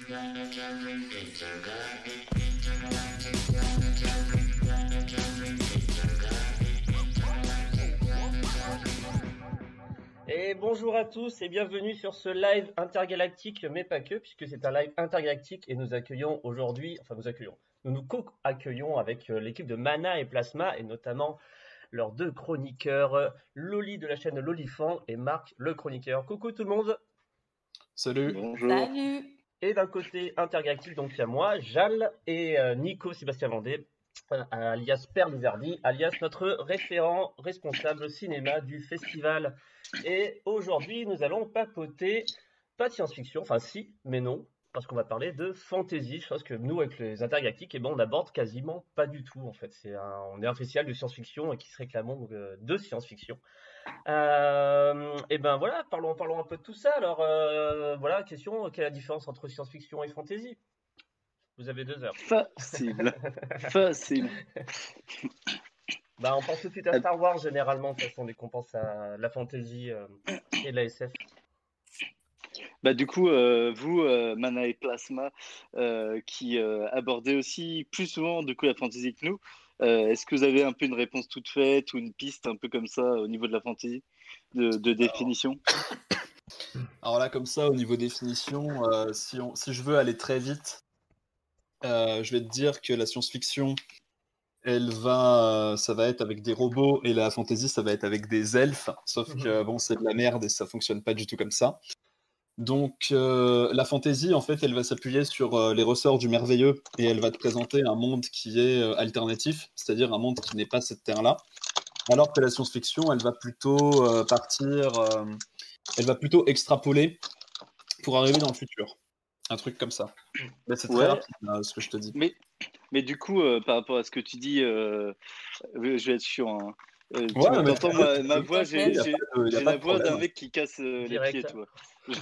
Et bonjour à tous et bienvenue sur ce live intergalactique, mais pas que, puisque c'est un live intergalactique et nous accueillons aujourd'hui, nous nous co-accueillons avec l'équipe de Mana et Plasma et notamment leurs deux chroniqueurs, Loli de la chaîne Lolifant et Marc le chroniqueur. Coucou tout le monde. Salut. Bonjour. Salut. Et d'un côté intergalactique, donc il y a moi, Jal et Nico Sébastien Vendée, alias Père Lizardi, alias notre référent responsable cinéma du festival. Et aujourd'hui, nous allons papoter, pas de science-fiction, enfin si, mais non, parce qu'on va parler de fantasy, chose que nous, avec les intergalactiques, on n'aborde quasiment pas du tout, en fait. On est un festival de science-fiction et qui se réclamons de science-fiction. Et ben voilà, parlons un peu de tout ça. Alors, voilà, question, quelle est la différence entre science-fiction et fantasy? Vous avez 2 heures. Facile. Facile. Bah, on pense tout de suite à Star Wars généralement, de toute façon, dès qu'on pense à la fantasy et la SF. Bah, du coup, vous, Mana et Plasma, qui abordez aussi plus souvent du coup, la fantasy que nous, est-ce que vous avez un peu une réponse toute faite ou une piste un peu comme ça au niveau de la fantasy, de définition? Alors là, comme ça, au niveau définition, si je veux aller très vite, je vais te dire que la science-fiction, ça va être avec des robots et la fantasy, ça va être avec des elfes. Sauf que bon, c'est de la merde et ça fonctionne pas du tout comme ça. Donc la fantasy, en fait, elle va s'appuyer sur les ressorts du merveilleux et elle va te présenter un monde qui est alternatif, c'est-à-dire un monde qui n'est pas cette terre-là. Alors que la science-fiction, elle va plutôt elle va plutôt extrapoler pour arriver dans le futur. Un truc comme ça. Mais c'est très rapide, ce que je te dis. Mais du coup, par rapport à ce que tu dis, je vais être chiant. Hein. Tu Ouais, entends ma voix, j'ai la voix d'un mec qui casse les Direct. pieds, tu vois.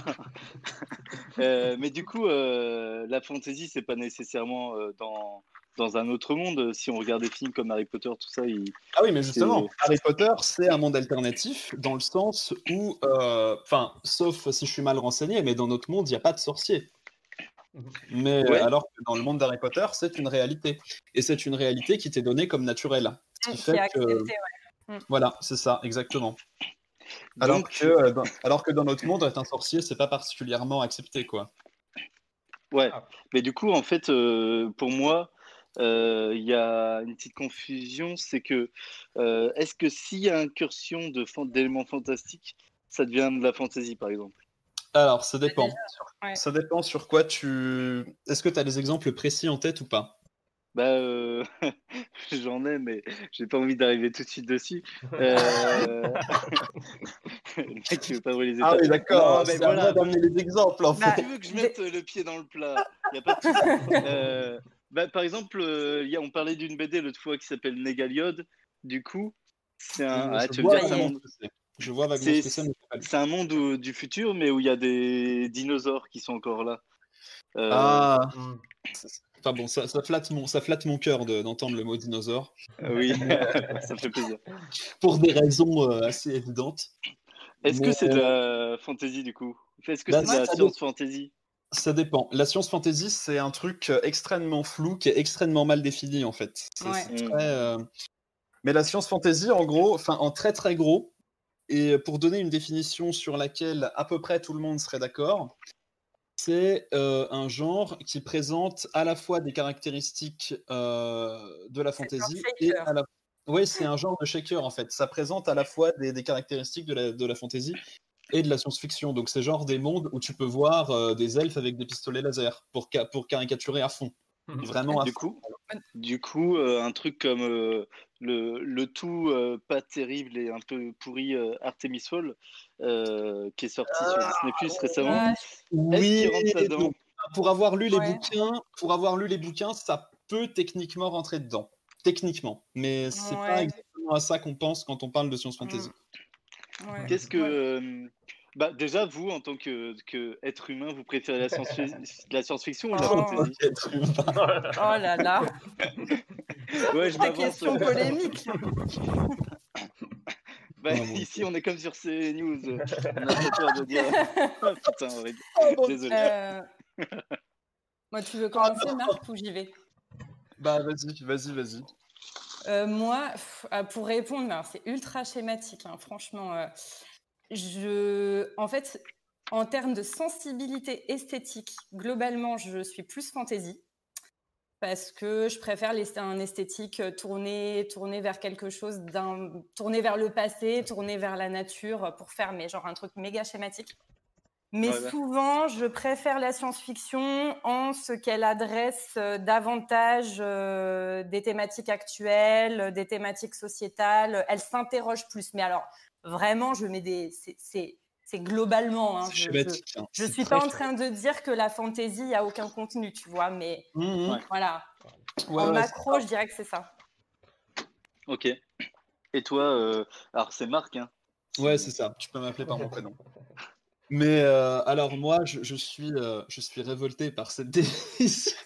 Mais du coup, la fantasy, c'est pas nécessairement dans un autre monde. Si on regarde des films comme Harry Potter, tout ça, Ah oui, mais justement, Harry Potter, c'est un monde alternatif dans le sens où, sauf si je suis mal renseigné, mais dans notre monde, il n'y a pas de sorciers. Mais Ouais. alors que dans le monde d'Harry Potter, c'est une réalité. Et c'est une réalité qui t'est donnée comme naturelle. Ce qui fait que... Voilà, c'est ça, exactement. Alors que dans notre monde, être un sorcier, c'est pas particulièrement accepté, quoi. Ouais, mais du coup, en fait, pour moi, il y a une petite confusion, c'est que est-ce que s'il y a incursion d'éléments fantastiques, ça devient de la fantasy, par exemple? Alors, ça dépend. Ouais. Ça dépend sur quoi tu... Est-ce que tu as des exemples précis en tête ou pas? Bah, j'en ai, mais j'ai pas envie d'arriver tout de suite dessus. Le mec qui veut pas brûler les étapes. Ah oui, d'accord. Non, mais C'est voilà. à moi d'amener les exemples, en fait. Tu veux que je mette le pied dans le plat? Y a pas de souci. Par exemple, on parlait d'une BD l'autre fois qui s'appelle Négaliode. Du coup, c'est un. Tu veux me dire que c'est un monde. Je vois vaguement ce que c'est. C'est un monde du futur, mais où il y a des dinosaures qui sont encore là. Enfin bon, ça flatte mon cœur d'entendre le mot dinosaure. Oui, ça me fait plaisir. Pour des raisons assez évidentes. Est-ce que c'est de la fantasy du coup? Est-ce que c'est de la science fantasy? Ça dépend. La science fantasy, c'est un truc extrêmement flou, qui est extrêmement mal défini en fait. Mais la science fantasy, en gros, en très très gros, et pour donner une définition sur laquelle à peu près tout le monde serait d'accord, c'est un genre qui présente à la fois des caractéristiques de la fantasy et à la... Oui, c'est un genre de shaker en fait. Ça présente à la fois des caractéristiques de la fantasy et de la science-fiction. Donc c'est genre des mondes où tu peux voir des elfes avec des pistolets laser pour caricaturer à fond. Vraiment à fond. Du coup, un truc comme le tout pas terrible et un peu pourri Artemis Fowl qui est sorti sur Disney Plus récemment. Oui, rentre là-dedans? pour avoir lu les bouquins, ça peut techniquement rentrer dedans. Techniquement. Mais c'est pas exactement à ça qu'on pense quand on parle de science fantasy. Qu'est-ce que... déjà, vous, en tant que être humain, vous préférez la science-fiction ou la fantasy? Oh là là. Ouais, je La m'avance. question polémique. Ici, on est comme sur CNews. On a trop peur de dire... Oh, putain, désolé. Moi, tu veux commencer, Marc, ou j'y vais? Bah, vas-y. Moi, pour répondre, alors, c'est ultra schématique, hein, franchement. En fait, en termes de sensibilité esthétique, globalement, je suis plus fantasy. Parce que je préfère un esthétique tourné vers quelque chose, tourné vers le passé, tourné vers la nature, pour faire genre un truc méga schématique. Mais souvent, je préfère la science-fiction en ce qu'elle adresse davantage des thématiques actuelles, des thématiques sociétales. Elle s'interroge plus. Mais alors, vraiment, je mets c'est globalement. Hein, je suis pas en train de dire que la fantasy a aucun contenu, tu vois, mais voilà. En macro, je dirais que c'est ça. Ok. Et toi, alors c'est Marc, hein? Ouais, c'est ça. Tu peux m'appeler par mon prénom. Mais alors moi, je suis révolté par cette décision.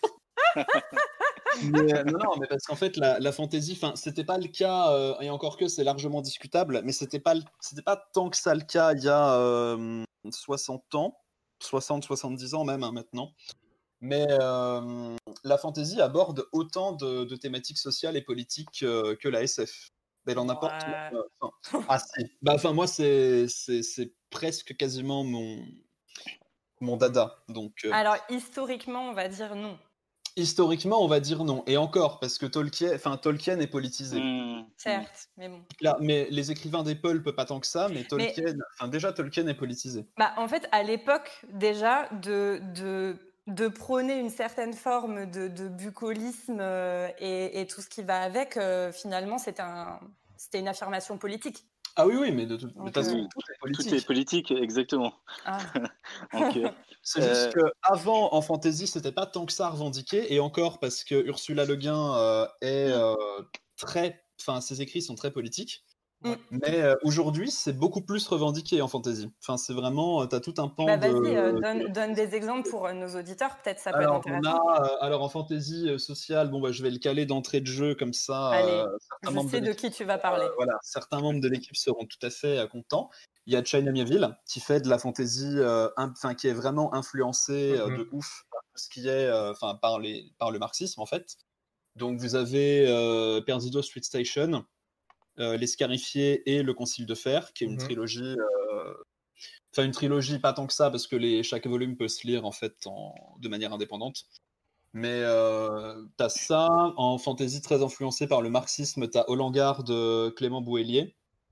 Non, mais parce qu'en fait, la fantasy, c'était pas le cas, et encore que c'est largement discutable, mais c'était pas tant que ça le cas il y a 60 ans, 70 ans même, hein, maintenant. Mais la fantasy aborde autant de thématiques sociales et politiques que la SF. Elle en apporte. Si. Moi, c'est presque quasiment mon dada. Donc, alors, historiquement, on va dire non. Historiquement, on va dire non. Et encore, parce que Tolkien est politisé. Certes, mais bon. Là, mais les écrivains des pulps, pas tant que ça, mais Tolkien, déjà Tolkien est politisé. En fait, à l'époque, déjà, de prôner une certaine forme de bucolisme et tout ce qui va avec, finalement, c'était une affirmation politique. Ah oui, mais de toute façon, tout est politique. Tout est politique, exactement. C'est juste qu'avant, en fantasy, c'était pas tant que ça revendiqué, et encore parce que Ursula Le Guin est ses écrits sont très politiques. Mais aujourd'hui, c'est beaucoup plus revendiqué en fantasy. C'est vraiment, t'as tout un pan vas-y, donne des exemples pour nos auditeurs, peut-être ça peut être intéressant. Alors en fantasy sociale, je vais le caler d'entrée de jeu comme ça. Allez, je sais de qui tu vas parler. Certains membres de l'équipe seront tout à fait contents. Il y a China Miéville qui fait de la fantasy, qui est vraiment influencée de ouf par tout ce qui est, par le marxisme en fait. Donc vous avez Perdido Street Station, Les Scarifiés et Le Concile de Fer, qui est une trilogie. Une trilogie pas tant que ça parce que chaque volume peut se lire en fait de manière indépendante. Mais t'as ça en fantasy très influencé par le marxisme. T'as Olengard de Clément Bouhélier.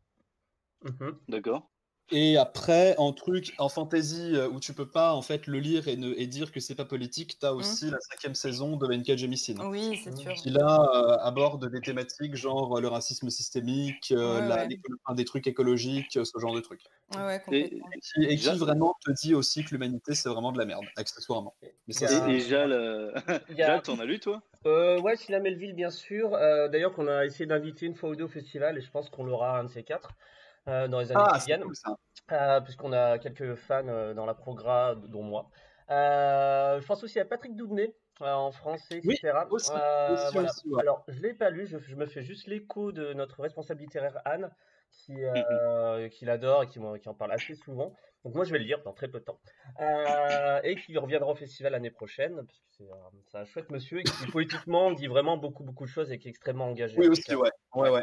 D'accord. Et après, en fantasy où tu peux pas en fait le lire et dire que c'est pas politique, t'as aussi la 5e saison de N.K. Jemisin. Oui, c'est sûr. Qui là aborde des thématiques genre le racisme systémique, des trucs écologiques, ce genre de trucs. Complètement. Et qui vraiment te dit aussi que l'humanité c'est vraiment de la merde, accessoirement. Mais ça, et Jal, t'en as lu toi? Ouais, Sheila Melville bien sûr. D'ailleurs qu'on a essayé d'inviter une fois ou deux au festival et je pense qu'on l'aura un de ces quatre. Dans les années qui viennent, puisqu'on a quelques fans dans la progra, dont moi. Je pense aussi à Patrick Doubnet en français, etc. Aussi, Alors, je l'ai pas lu, je me fais juste l'écho de notre responsable littéraire Anne, qui l'adore et qui en parle assez souvent. Donc moi, je vais le lire dans très peu de temps. Et qui reviendra au festival l'année prochaine, parce que c'est un chouette monsieur et qui politiquement dit vraiment beaucoup de choses et qui est extrêmement engagé. Oui, aussi, ouais.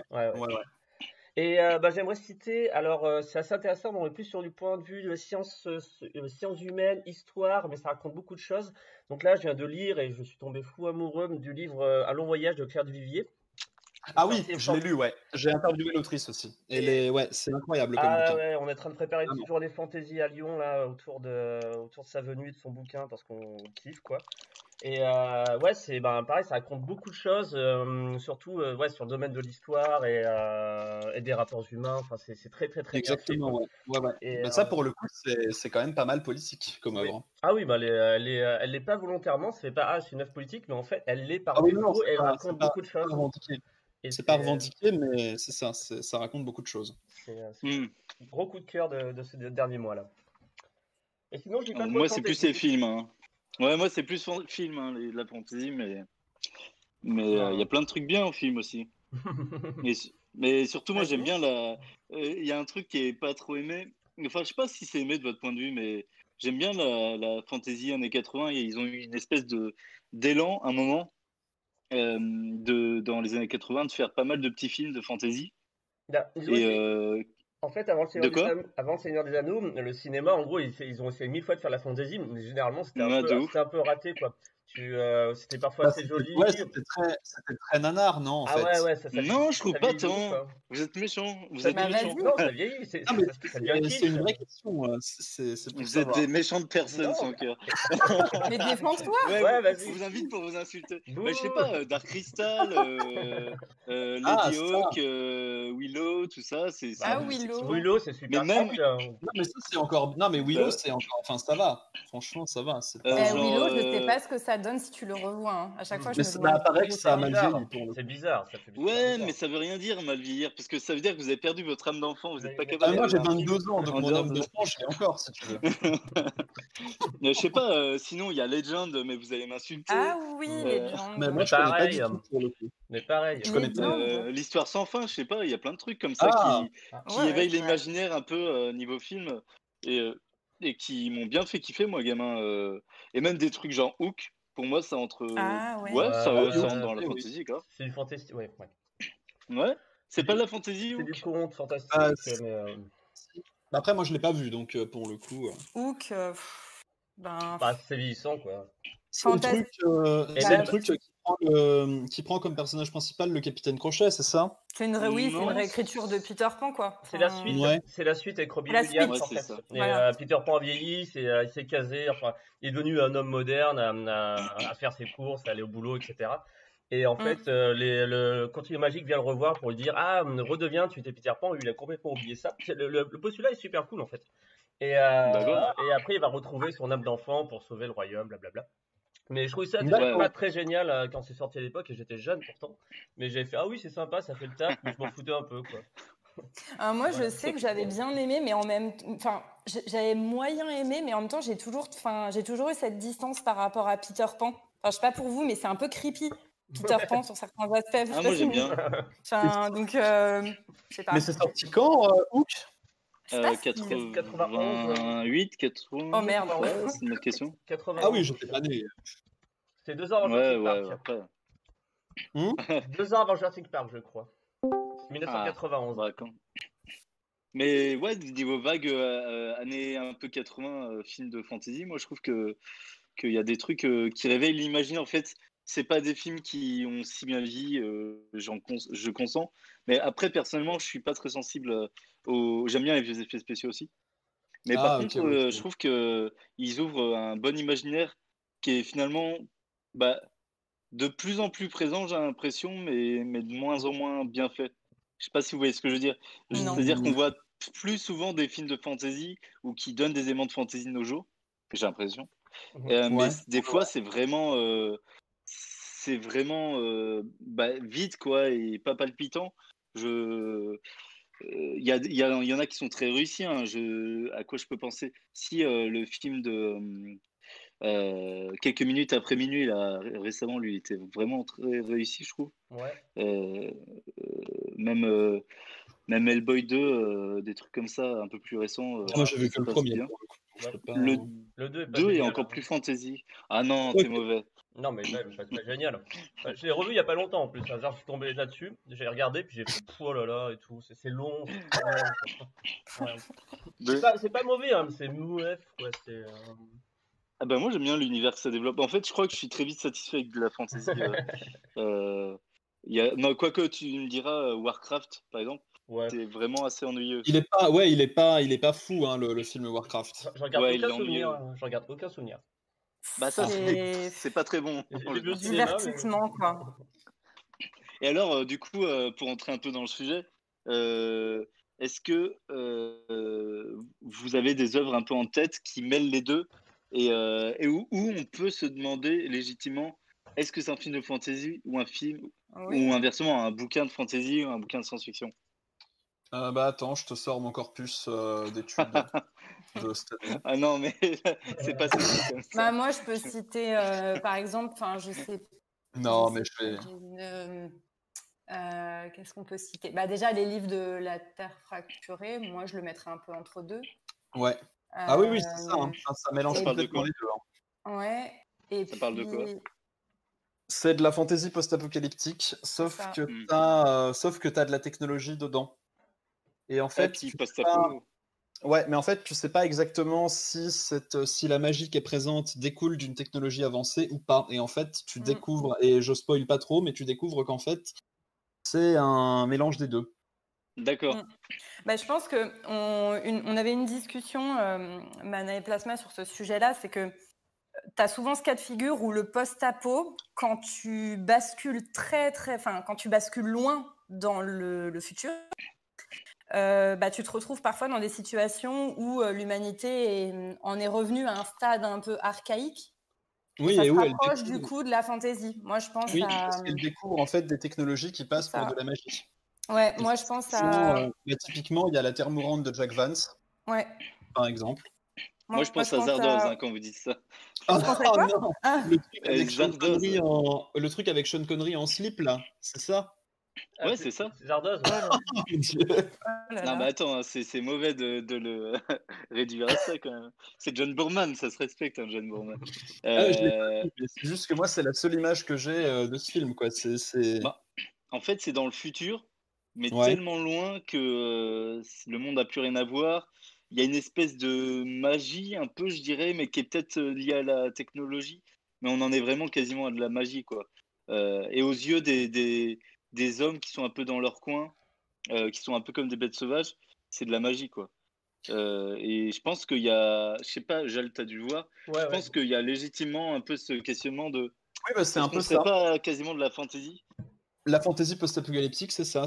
Et j'aimerais citer, alors c'est assez intéressant, on est plus sur du point de vue de sciences humaines, histoire, mais ça raconte beaucoup de choses. Donc là, je viens de lire et je suis tombé fou amoureux du livre Un long voyage de Claire Duvivier. Ah oui, je l'ai lu, ouais. J'ai interviewé l'autrice aussi. C'est incroyable comme bouquin. Ouais, on est en train de préparer une petite journée fantasy à Lyon, là, autour de sa venue et de son bouquin, parce qu'on kiffe, quoi. Et c'est pareil, ça raconte beaucoup de choses, surtout sur le domaine de l'histoire et des rapports humains. Enfin, c'est très très très exactement, bien fait, ouais. Et ça pour le coup, c'est quand même pas mal politique comme œuvre. Ah oui, elle l'est pas volontairement. C'est pas c'est une œuvre politique, mais en fait, elle l'est par défaut et elle raconte beaucoup de choses. C'est pas revendiqué, mais c'est ça, ça raconte beaucoup de choses. C'est un gros coup de cœur de ces derniers mois là. Et sinon, je dis pas moi, c'est plus les films. Hein. Ouais, moi, c'est plus film, hein, la fantasy, mais il y a plein de trucs bien au film aussi. mais surtout, moi, j'aime bien il y a un truc qui est pas trop aimé. Enfin, je sais pas si c'est aimé de votre point de vue, mais j'aime bien la fantasy années 80. Et ils ont eu une espèce d'élan, un moment, dans les années 80, de faire pas mal de petits films de fantasy. Ils ont Et essayé. En fait, de quoi? Avant le Seigneur des Anneaux, le cinéma, en gros, ils ont essayé 1000 fois de faire la fantasy, mais généralement, Ouais, de ouf. c'était un peu raté, quoi. C'était parfois assez joli. C'était très nanar, non, en Ah ouais, fait. ouais, Non, je trouve ça pas vieillit, tant. quoi. Vous êtes méchants. Vous Ça êtes Bah, méchants. vas-y. Non, ça vieillit, Non, mais ça devient c'est kitsch. une vraie question. C'est pour Vous êtes savoir. des méchantes personnes Non, sans mais- cœur. Mais défends-toi. Ouais, Ouais, on vas-y. vous invite pour vous insulter. Bouh. Bah, je sais pas, Dark Crystal, Ah, Lady ça. Hawk, Willow, tout ça, c'est Ah, effectivement. Willow, c'est Mais super même, kitsch. Non, mais ça, c'est encore. Non, mais Willow, bah, c'est encore. Enfin, ça va. Franchement, ça va. C'est Euh, pas. genre, Willow, je sais pas ce que ça donne si tu le revois. Hein. À chaque fois, je Mais me ça demande. apparaît que ça a C'est mal bizarre. vieilli pour le C'est coup. bizarre, ça fait super ouais, bizarre. mais ça veut rien dire mal vieillir, parce que ça veut dire que vous avez perdu votre âme d'enfant, vous n'êtes pas Mais Ah, capable mais moi, de j'ai voir un film 22 ans, donc en mon dehors âme de. de franc, je l'ai encore, si tu veux. Je sais pas, sinon il y a Legend, mais vous allez m'insulter. Ah oui, Euh, Legend. Mais moi, je connais pas pareil, du tout pour le coup. mais pareil. Je connais pas. Legend. L'histoire sans fin, je sais pas, il y a plein de trucs comme ça Ah, qui Ouais, éveillent c'est vrai. l'imaginaire un peu niveau film et qui m'ont bien fait kiffer, moi, gamin. Et même des trucs genre Hook, pour moi, ça entre. Ah ouais. Ouais, ah oui, ça ok, rentre dans la oui. fantasy, quoi. C'est du fantasy. Ouais, ouais. Ouais, c'est C'est pas de du, la fantasy, c'est du Hook? conte fantastique, Ah, mais bah, après, moi, je l'ai pas vu, donc pour le coup. Hook, ben, bah, c'est vieillissant, quoi. C'est le fantastique. truc, Et c'est même- le truc qui prend comme personnage principal le capitaine Crochet, c'est ça? C'est une, oui, c'est une Non, réécriture de Peter Pan, quoi. C'est la Enfin, suite, Ouais. c'est la suite avec Robbie La Williams, ouais, en c'est fait. ça. Et Voilà. Peter Pan a vieilli, il s'est casé, enfin, il est devenu un homme moderne à faire ses courses, à aller au boulot, etc. Et en fait, le conseiller magique vient le revoir pour lui dire: Ah, redeviens, tu étais Peter Pan. Lui, il a complètement oublié ça. Le postulat est super cool, en fait. D'accord. Et après, il va retrouver son âme d'enfant pour sauver le royaume, blablabla. Mais je trouvais ça Ouais, pas ouais. très génial quand c'est sorti à l'époque et j'étais jeune pourtant. Mais j'avais fait: Ah oui, c'est sympa, ça fait le taf, mais je m'en foutais un peu, quoi. Moi, je Voilà. sais que j'avais bien aimé, mais en même enfin, j'avais moyen aimé, mais en même temps, j'ai toujours eu cette distance par rapport à Peter Pan. Enfin, je sais pas pour vous, mais c'est un peu creepy, Peter Pan, sur certains aspects. Je sais Ah, pas moi si j'aime vous- bien. Enfin, donc, je sais pas. Mais c'est sorti quand, Hook? Je sais pas si- 88, 80. Oh merde. Ouais, c'est une bonne question. 91. Ah oui, j'étais pas né. C'est 2 ans avant Ouais, Jurassic ouais, Park. après. 2 ans avant Jurassic Park, je crois. Ah, 1991. ouais, quand. Mais ouais, niveau vague, années un peu 80, films de fantasy, moi je trouve qu'il y a des trucs qui réveillent l'imaginaire. En fait, c'est pas des films qui ont si bien vieilli, je consens. Mais après, personnellement, je suis pas très sensible aux. J'aime bien les vieux effets spéciaux aussi. Mais par Ah, ok, contre, oui. je trouve que ils ouvrent un bon imaginaire qui est finalement bah, de plus en plus présent, j'ai l'impression, mais de moins en moins bien fait. Je sais pas si vous voyez ce que je veux dire. Non. C'est-à-dire qu'on voit plus souvent des films de fantasy ou qui donnent des éléments de fantasy de nos jours, j'ai l'impression. Mais Ouais. des fois, c'est vraiment vide, quoi, et pas palpitant. Il y en a qui sont très réussis, hein. À quoi je peux penser? Si le film de quelques minutes après minuit, là, récemment, lui, était vraiment très réussi, je trouve. Ouais. Euh, même, euh, même Hellboy 2, des trucs comme ça, un peu plus récents, Moi, j'ai vu que ça le passe premier. bien. Pour le coup. Je Ouais. peux pas. Le Le 2 est pas 2 est génial, encore hein. plus fantasy. Ah non, Ok. t'es mauvais. Non, mais même, pas génial. Je l'ai revu il y a pas longtemps en plus, hein. Genre, je suis tombé là-dessus, j'ai regardé, puis j'ai fait: Oh là là, et tout. C'est long, c'est trop long. Ouais. Mais- C'est pas mauvais, hein, mais c'est mouef, quoi. Ah bah moi j'aime bien l'univers que ça développe. En fait, je crois que je suis très vite satisfait avec de la fantasy. Non, quoique tu me diras, Warcraft, par exemple, Ouais. c'est vraiment assez ennuyeux. Il est pas fou, hein, le film Warcraft. Je regarde Ouais, il aucun est souvenir, ennuyeux. hein. Je regarde aucun souvenir. Bah ça, C'est c'est pas très bon. J'ai en vu au général. cinéma, mais. divertissement, quoi. Et alors, du coup, pour entrer un peu dans le sujet, est-ce que vous avez des œuvres un peu en tête qui mêlent les deux et où on peut se demander légitimement, est-ce que c'est un film de fantasy ou un film, Oui. ou inversement, un bouquin de fantasy ou un bouquin de science-fiction? Bah attends, je te sors mon corpus d'études de cette année. Ah non, mais c'est pas sexy comme ça. Bah, moi, je peux citer, par exemple, enfin, je sais. Non, je mais sais je vais. pas, qu'est-ce qu'on peut citer? Bah, déjà, les livres de la Terre fracturée, moi, je le mettrais un peu entre deux. Ouais. Ah oui, c'est ça. Ça mélange Ça parle de complètement quoi les deux. Ouais. Et Ça parle de quoi C'est de la fantaisie post-apocalyptique, sauf ça. que t'as de la technologie dedans. Et en Ah, fait, petit tu sais pas... post-apo. Ouais, mais en fait, tu sais pas exactement si la magie qui est présente découle d'une technologie avancée ou pas. Et en fait, tu découvres, et je spoil pas trop, mais tu découvres qu'en fait, c'est un mélange des deux. D'accord. Bah, je pense on avait une discussion, Mana et Plasma, sur ce sujet-là, c'est que tu as souvent ce cas de figure où le post-apo, quand tu bascules quand tu bascules loin dans le futur, tu te retrouves parfois dans des situations où l'humanité en est revenue à un stade un peu archaïque. Oui, et ça et se où elle rapproche du découvre... coup de la fantaisie. Moi, je pense Oui, à... parce qu'elle découvre en fait des technologies qui passent pour de la magie. Ouais, Et moi, je pense à... typiquement, il y a la Terre mourante de Jack Vance, Ouais. par exemple. Moi, je pense à Zardoz quand vous dites ça. Oh non, le truc avec Sean Zardoz. Connery le truc avec Sean Connery en slip, là, c'est ça? Ouais, c'est ça. Zardoz, ouais. Oh mon Dieu. Non, mais attends, c'est mauvais de le réduire à ça quand même. C'est John Boorman, ça se respecte, hein, John Boorman. Ah, je l'ai pas vu, mais c'est juste que moi, c'est la seule image que j'ai de ce film, quoi. Bah, en fait, c'est dans le futur, mais Ouais. tellement loin que le monde n'a plus rien à voir. Il y a une espèce de magie, un peu, je dirais, mais qui est peut-être liée à la technologie. Mais on en est vraiment quasiment à de la magie, quoi. Et aux yeux des hommes qui sont un peu dans leur coin, qui sont un peu comme des bêtes sauvages, c'est de la magie, quoi. Et je pense qu'il y a, je sais pas, Jal, t'as dû le voir, je pense qu'il y a légitimement un peu ce questionnement de Oui, bah, c'est est-ce un qu'on peu serait ça. pas quasiment de la fantaisie? La fantaisie post-apocalyptique, c'est ça.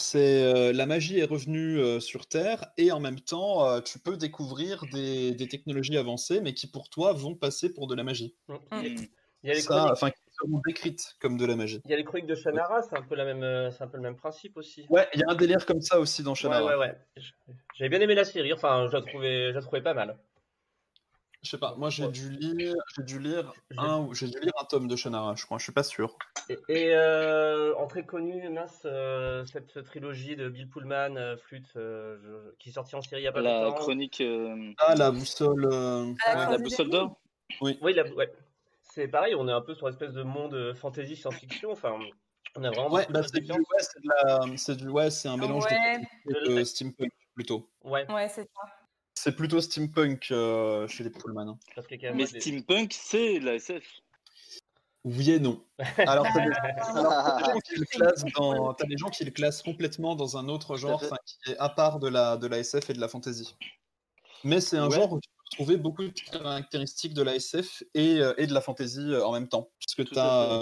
La magie est revenue sur Terre et en même temps, tu peux découvrir des technologies avancées, mais qui pour toi vont passer pour de la magie. Il y a les Ça, chroniques. enfin, qui seront décrites comme de la magie. Il y a les chroniques de Shannara, c'est un peu le même principe aussi. Ouais, il y a un délire comme ça aussi dans Shannara. Ouais. J'avais bien aimé la série, enfin, je la trouvais pas mal. Je sais pas, moi j'ai dû lire un tome de Shannara, je crois, je suis pas sûr. Et en très connu, cette trilogie de Bill Pullman, Flûte, qui est sortie en série il y a pas La longtemps. chronique. Ah, la boussole. La boussole d'or? Oui. Oui, ouais. C'est pareil, on est un peu sur une espèce de monde fantasy science-fiction. Enfin, on a vraiment Ouais, beaucoup bah de choses différentes. c'est un mélange de steampunk plutôt. Ouais, c'est ça. C'est plutôt steampunk chez les Pullman. parce qu'il y a quand même Mais steampunk, c'est la SF. Oui et non. Alors, t'as des gens qui le classent complètement dans un autre genre, qui est à part de la SF et de la fantasy. Mais c'est un genre où tu peux trouver beaucoup de caractéristiques de la SF et de la fantasy en même temps. Parce que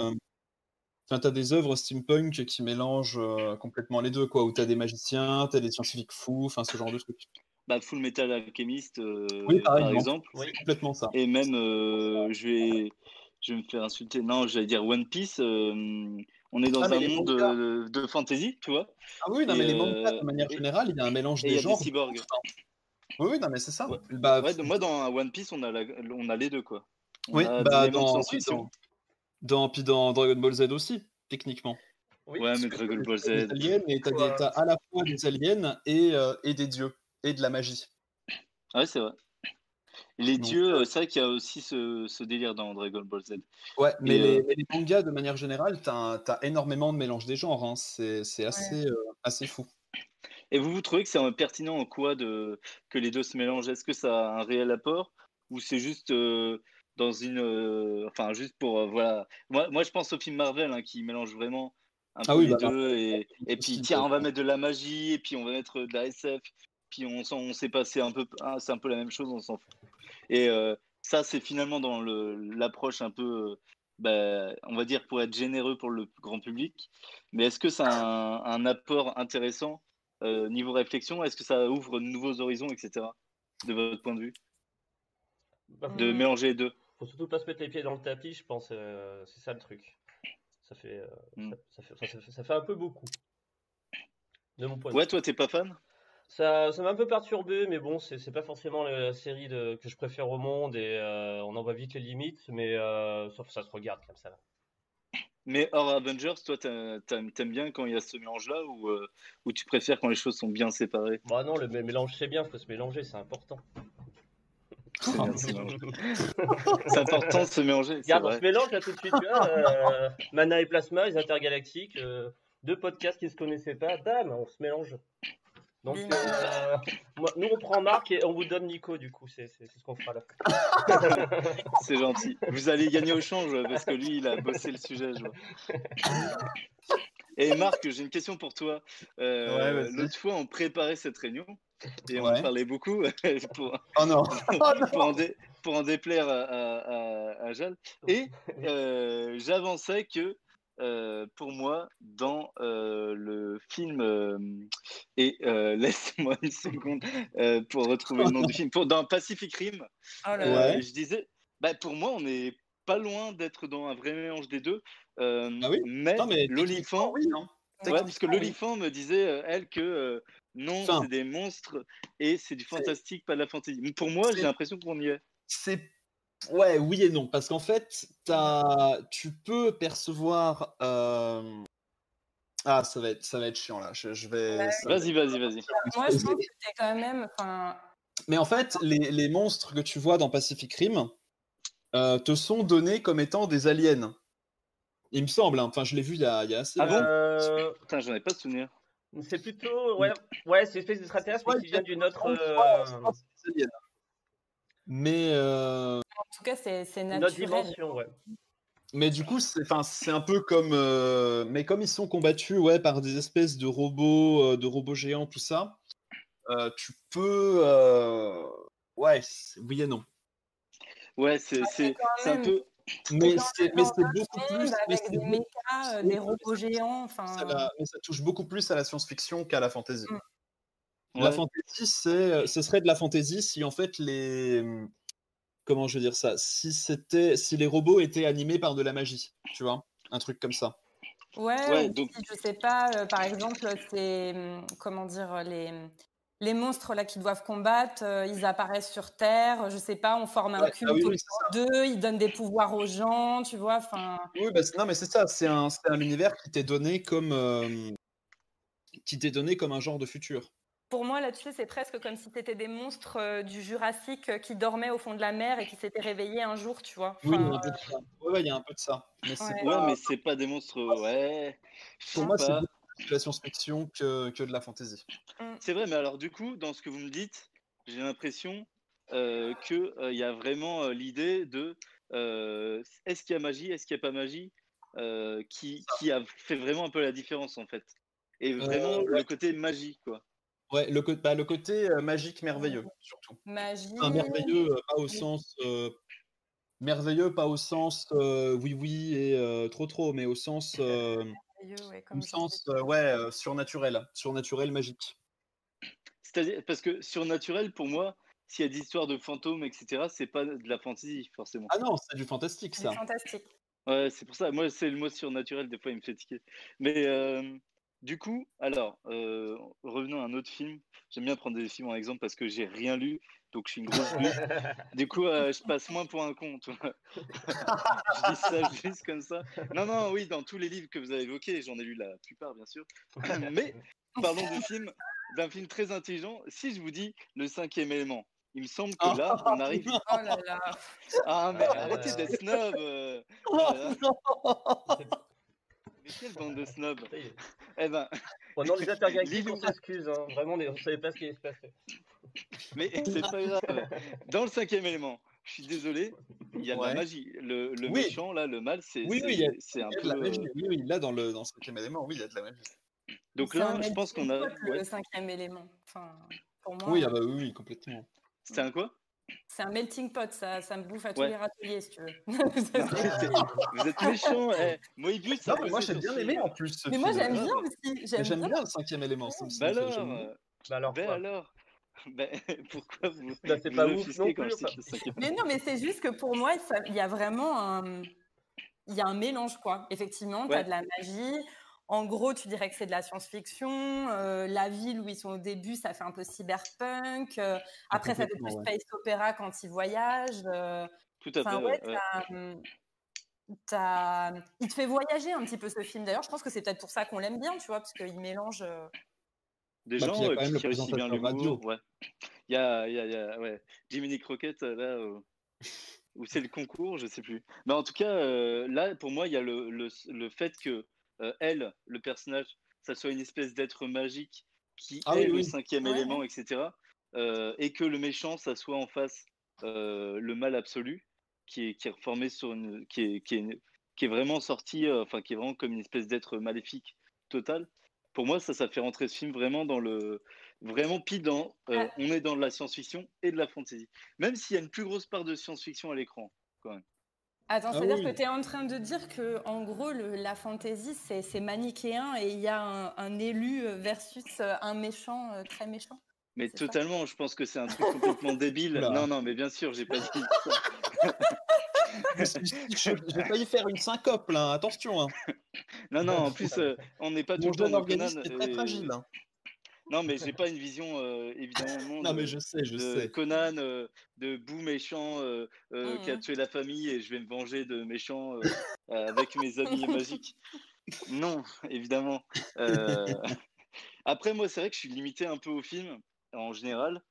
t'as des œuvres steampunk qui mélangent complètement les deux, quoi, où t'as des magiciens, t'as des scientifiques fous, enfin ce genre de trucs. Bah, Full Metal Alchemist, Oui, par exemple. C'est complètement ça. Et même, je vais me faire insulter. Non, j'allais dire One Piece. On est dans un monde de fantasy, tu vois. Ah oui, non, mais les mangas, de manière générale, il y a un mélange des genres. Et il y a des cyborgs. Oui, non, mais c'est ça. Ouais. Bah, Moi, dans One Piece, on a les deux, quoi. On oui, a bah, des éléments de science-fiction. Puis dans Dragon Ball Z aussi, techniquement. Oui. Ouais, mais Dragon Ball Z. T'as à la fois des aliens et des dieux, et de la magie. Ouais, c'est vrai. Les dieux, c'est vrai qu'il y a aussi ce délire dans Dragon Ball Z. Ouais, mais les mangas, de manière générale, t'as énormément de mélange des genres. Hein. C'est assez fou. Et vous trouvez que c'est pertinent en quoi que les deux se mélangent? Est-ce que ça a un réel apport ou c'est juste dans une. Enfin, juste pour. Voilà. Moi, je pense au film Marvel hein, qui mélange vraiment un peu les deux. Et puis, tiens, on va mettre de la magie et puis on va mettre de la SF. Puis on sait pas, c'est un peu la même chose, on s'en fout. Et ça, c'est finalement dans l'approche un peu. On va dire pour être généreux pour le grand public. Mais est-ce que ça a un apport intéressant niveau réflexion? Est-ce que ça ouvre de nouveaux horizons, etc. de votre point de vue? De mélanger les deux? Faut surtout pas se mettre les pieds dans le tapis, je pense. C'est ça le truc. Ça fait un peu beaucoup. De mon point de vue. Ouais, toi, t'es pas fan? Ça m'a un peu perturbé, mais bon, c'est pas forcément la série que je préfère au monde et on en voit vite les limites, mais sauf que ça se regarde comme ça. Mais hors Avengers, toi, t'aimes bien quand il y a ce mélange-là ou tu préfères quand les choses sont bien séparées? Bah non, le mélange c'est bien, faut se mélanger, c'est important. C'est bien, c'est mélanger. C'est important de se mélanger. Regarde, on se mélange là tout de suite. Tu vois, Mana et Plasma, les intergalactiques, deux podcasts qui se connaissaient pas, bam, on se mélange. Donc, nous on prend Marc et on vous donne Nico, du coup, c'est ce qu'on fera là. C'est gentil. Vous allez gagner au change parce que lui, il a bossé le sujet, je vois. Et Marc, j'ai une question pour toi. L'autre fois, on préparait cette réunion et on parlait beaucoup pour en déplaire à Jal. Et j'avançais que pour moi, dans le film, laisse-moi une seconde pour retrouver le nom du film, dans Pacific Rim, je disais, pour moi, on n'est pas loin d'être dans un vrai mélange des deux, mais l'olifant, parce que l'olifant me disait, elle, que non, c'est des monstres et c'est du fantastique, pas de la fantasy. Pour moi, j'ai l'impression qu'on y est. Ouais, oui et non, parce qu'en fait, tu peux percevoir. Ah, ça va être chiant là. Je vais. Vas-y. Moi, je pense que c'est quand même. Mais en fait, les monstres que tu vois dans Pacific Rim te sont donnés comme étant des aliens. Il me semble. Enfin, je l'ai vu il y a assez longtemps. Ah bon Putain, j'en ai pas de souvenir. C'est plutôt. Ouais, c'est une espèce d'extraterrestre, mais qui vient d'une autre. Mais. En tout cas, c'est naturel. Notre dimension, ouais. Mais du coup, c'est un peu comme. Mais comme ils sont combattus par des espèces de robots géants, tout ça, tu peux. Oui et non. Ouais, c'est un peu. Mais c'est beaucoup plus. Avec des mécas, des robots géants. Mais ça touche beaucoup plus à la science-fiction qu'à la fantasy. Ouais. La fantasy, ce serait de la fantasy si en fait les. Comment je veux dire ça ? Si les robots étaient animés par de la magie, tu vois, un truc comme ça. Ouais, donc... si, je sais pas, par exemple, c'est comment dire les monstres là qui doivent combattre, ils apparaissent sur Terre, je sais pas, on forme un culte d'eux, ils donnent des pouvoirs aux gens, tu vois, enfin. Oui, non, mais c'est ça, c'est un univers qui t'est donné comme un genre de futur. Pour moi, là-dessus, c'est presque comme si c'était des monstres du Jurassique qui dormaient au fond de la mer et qui s'étaient réveillés un jour, tu vois. Oui, il y a un peu de ça. Ouais, il y a un peu de ça. Mais mais c'est pas des monstres, Pour moi, c'est plus de la science-fiction que de la fantasy. C'est vrai, mais alors du coup, dans ce que vous me dites, j'ai l'impression qu'il y a vraiment l'idée de est-ce qu'il y a magie, est-ce qu'il n'y a pas magie, qui a fait vraiment un peu la différence en fait. Et vraiment le côté magie, quoi. Ouais, le côté magique merveilleux, surtout. Magie. Merveilleux, pas au sens merveilleux, pas au sens oui et trop, mais au sens surnaturel magique. C'est-à-dire parce que surnaturel pour moi, s'il y a des histoires de fantômes, etc., c'est pas de la fantasy forcément. Ah non, c'est du fantastique ça. C'est fantastique. Ouais, c'est pour ça. Moi, c'est le mot surnaturel. Des fois, il me fait tiquer. Mais du coup, alors, revenons à un autre film. J'aime bien prendre des films en exemple parce que j'ai rien lu, donc je suis une grosse bulle. Du coup, je passe moins pour un con. Tu vois. Je dis ça juste comme ça. Non, oui, dans tous les livres que vous avez évoqués, j'en ai lu la plupart, bien sûr. Mais parlons d'un film très intelligent. Si je vous dis Le Cinquième Élément, il me semble que là, on arrive. Oh là là. Ah, mais arrêtez d'être snob. Mais quelle bande de snobs. Eh ben. Pendant les intergalactiques, on s'excuse. Hein. Vraiment, on ne savait pas ce qui allait se passer. Mais c'est pas grave. Dans Le Cinquième Élément, je suis désolé, il y a de la magie. Le méchant, là, le mal, c'est un peu. La magie. Oui, là, dans le Cinquième Élément, oui, il y a de la magie. Donc là, je pense qu'on a. Le Cinquième Élément. Enfin, pour moi. Oui, oui, complètement. C'était un quoi ? C'est un melting pot, ça me bouffe à tous les râteliers, si tu veux. Vous êtes méchants. Moebius, ça. Moi, j'ai bien aimé en plus. Mais moi, j'aime bien aussi. J'aime bien Le Cinquième Élément. Alors. Pourquoi vous c'est pas ouf non plus. Mais non, mais c'est juste que pour moi, il y a vraiment il y a un mélange, quoi. Effectivement, tu as de la magie. En gros, tu dirais que c'est de la science-fiction. La ville où ils sont au début, ça fait un peu cyberpunk. Après, ça fait plus space opéra quand ils voyagent. Tout à fait. Il te fait voyager un petit peu ce film. D'ailleurs, je pense que c'est peut-être pour ça qu'on l'aime bien, tu vois, parce qu'il mélange. Des Bah, puis il y gens a quand même le qui réussissent bien présentateur radio. l'humour. Ouais. Ouais. Jiminy Crockett, là, où c'est le concours, je sais plus. Mais en tout cas, là, pour moi, il y a le fait que elle, le personnage, ça soit une espèce d'être magique qui Ah est oui, le oui. cinquième Ouais, élément, etc. Et que le méchant, ça soit en face le mal absolu, qui est reformé sur une, qui est vraiment sorti, enfin, qui est vraiment comme une espèce d'être maléfique total. Pour moi, ça fait rentrer ce film vraiment vraiment pile dans, Ah, on est dans de la science-fiction et de la fantasy. Même s'il y a une plus grosse part de science-fiction à l'écran, quand même. attends, Ah c'est-à-dire que oui. tu es en train de dire que, en gros, la fantasy, c'est manichéen et il y a un élu versus un méchant très méchant. Mais C'est ça? totalement, je pense que c'est un truc complètement débile. Oula. Non, mais bien sûr, j'ai pas dit ça. J'ai failli faire une syncope là, attention. Hein. Non, en plus, on n'est pas tout Mon le temps jeune dans Conan. organisme est très fragile. Hein. Non, mais j'ai pas une vision, évidemment, Non mais je sais. de Conan, de bout méchant qui a Mhm. tué la famille et je vais me venger de méchants avec mes amis magiques. Non, évidemment. Après, moi, c'est vrai que je suis limité un peu au film, en général.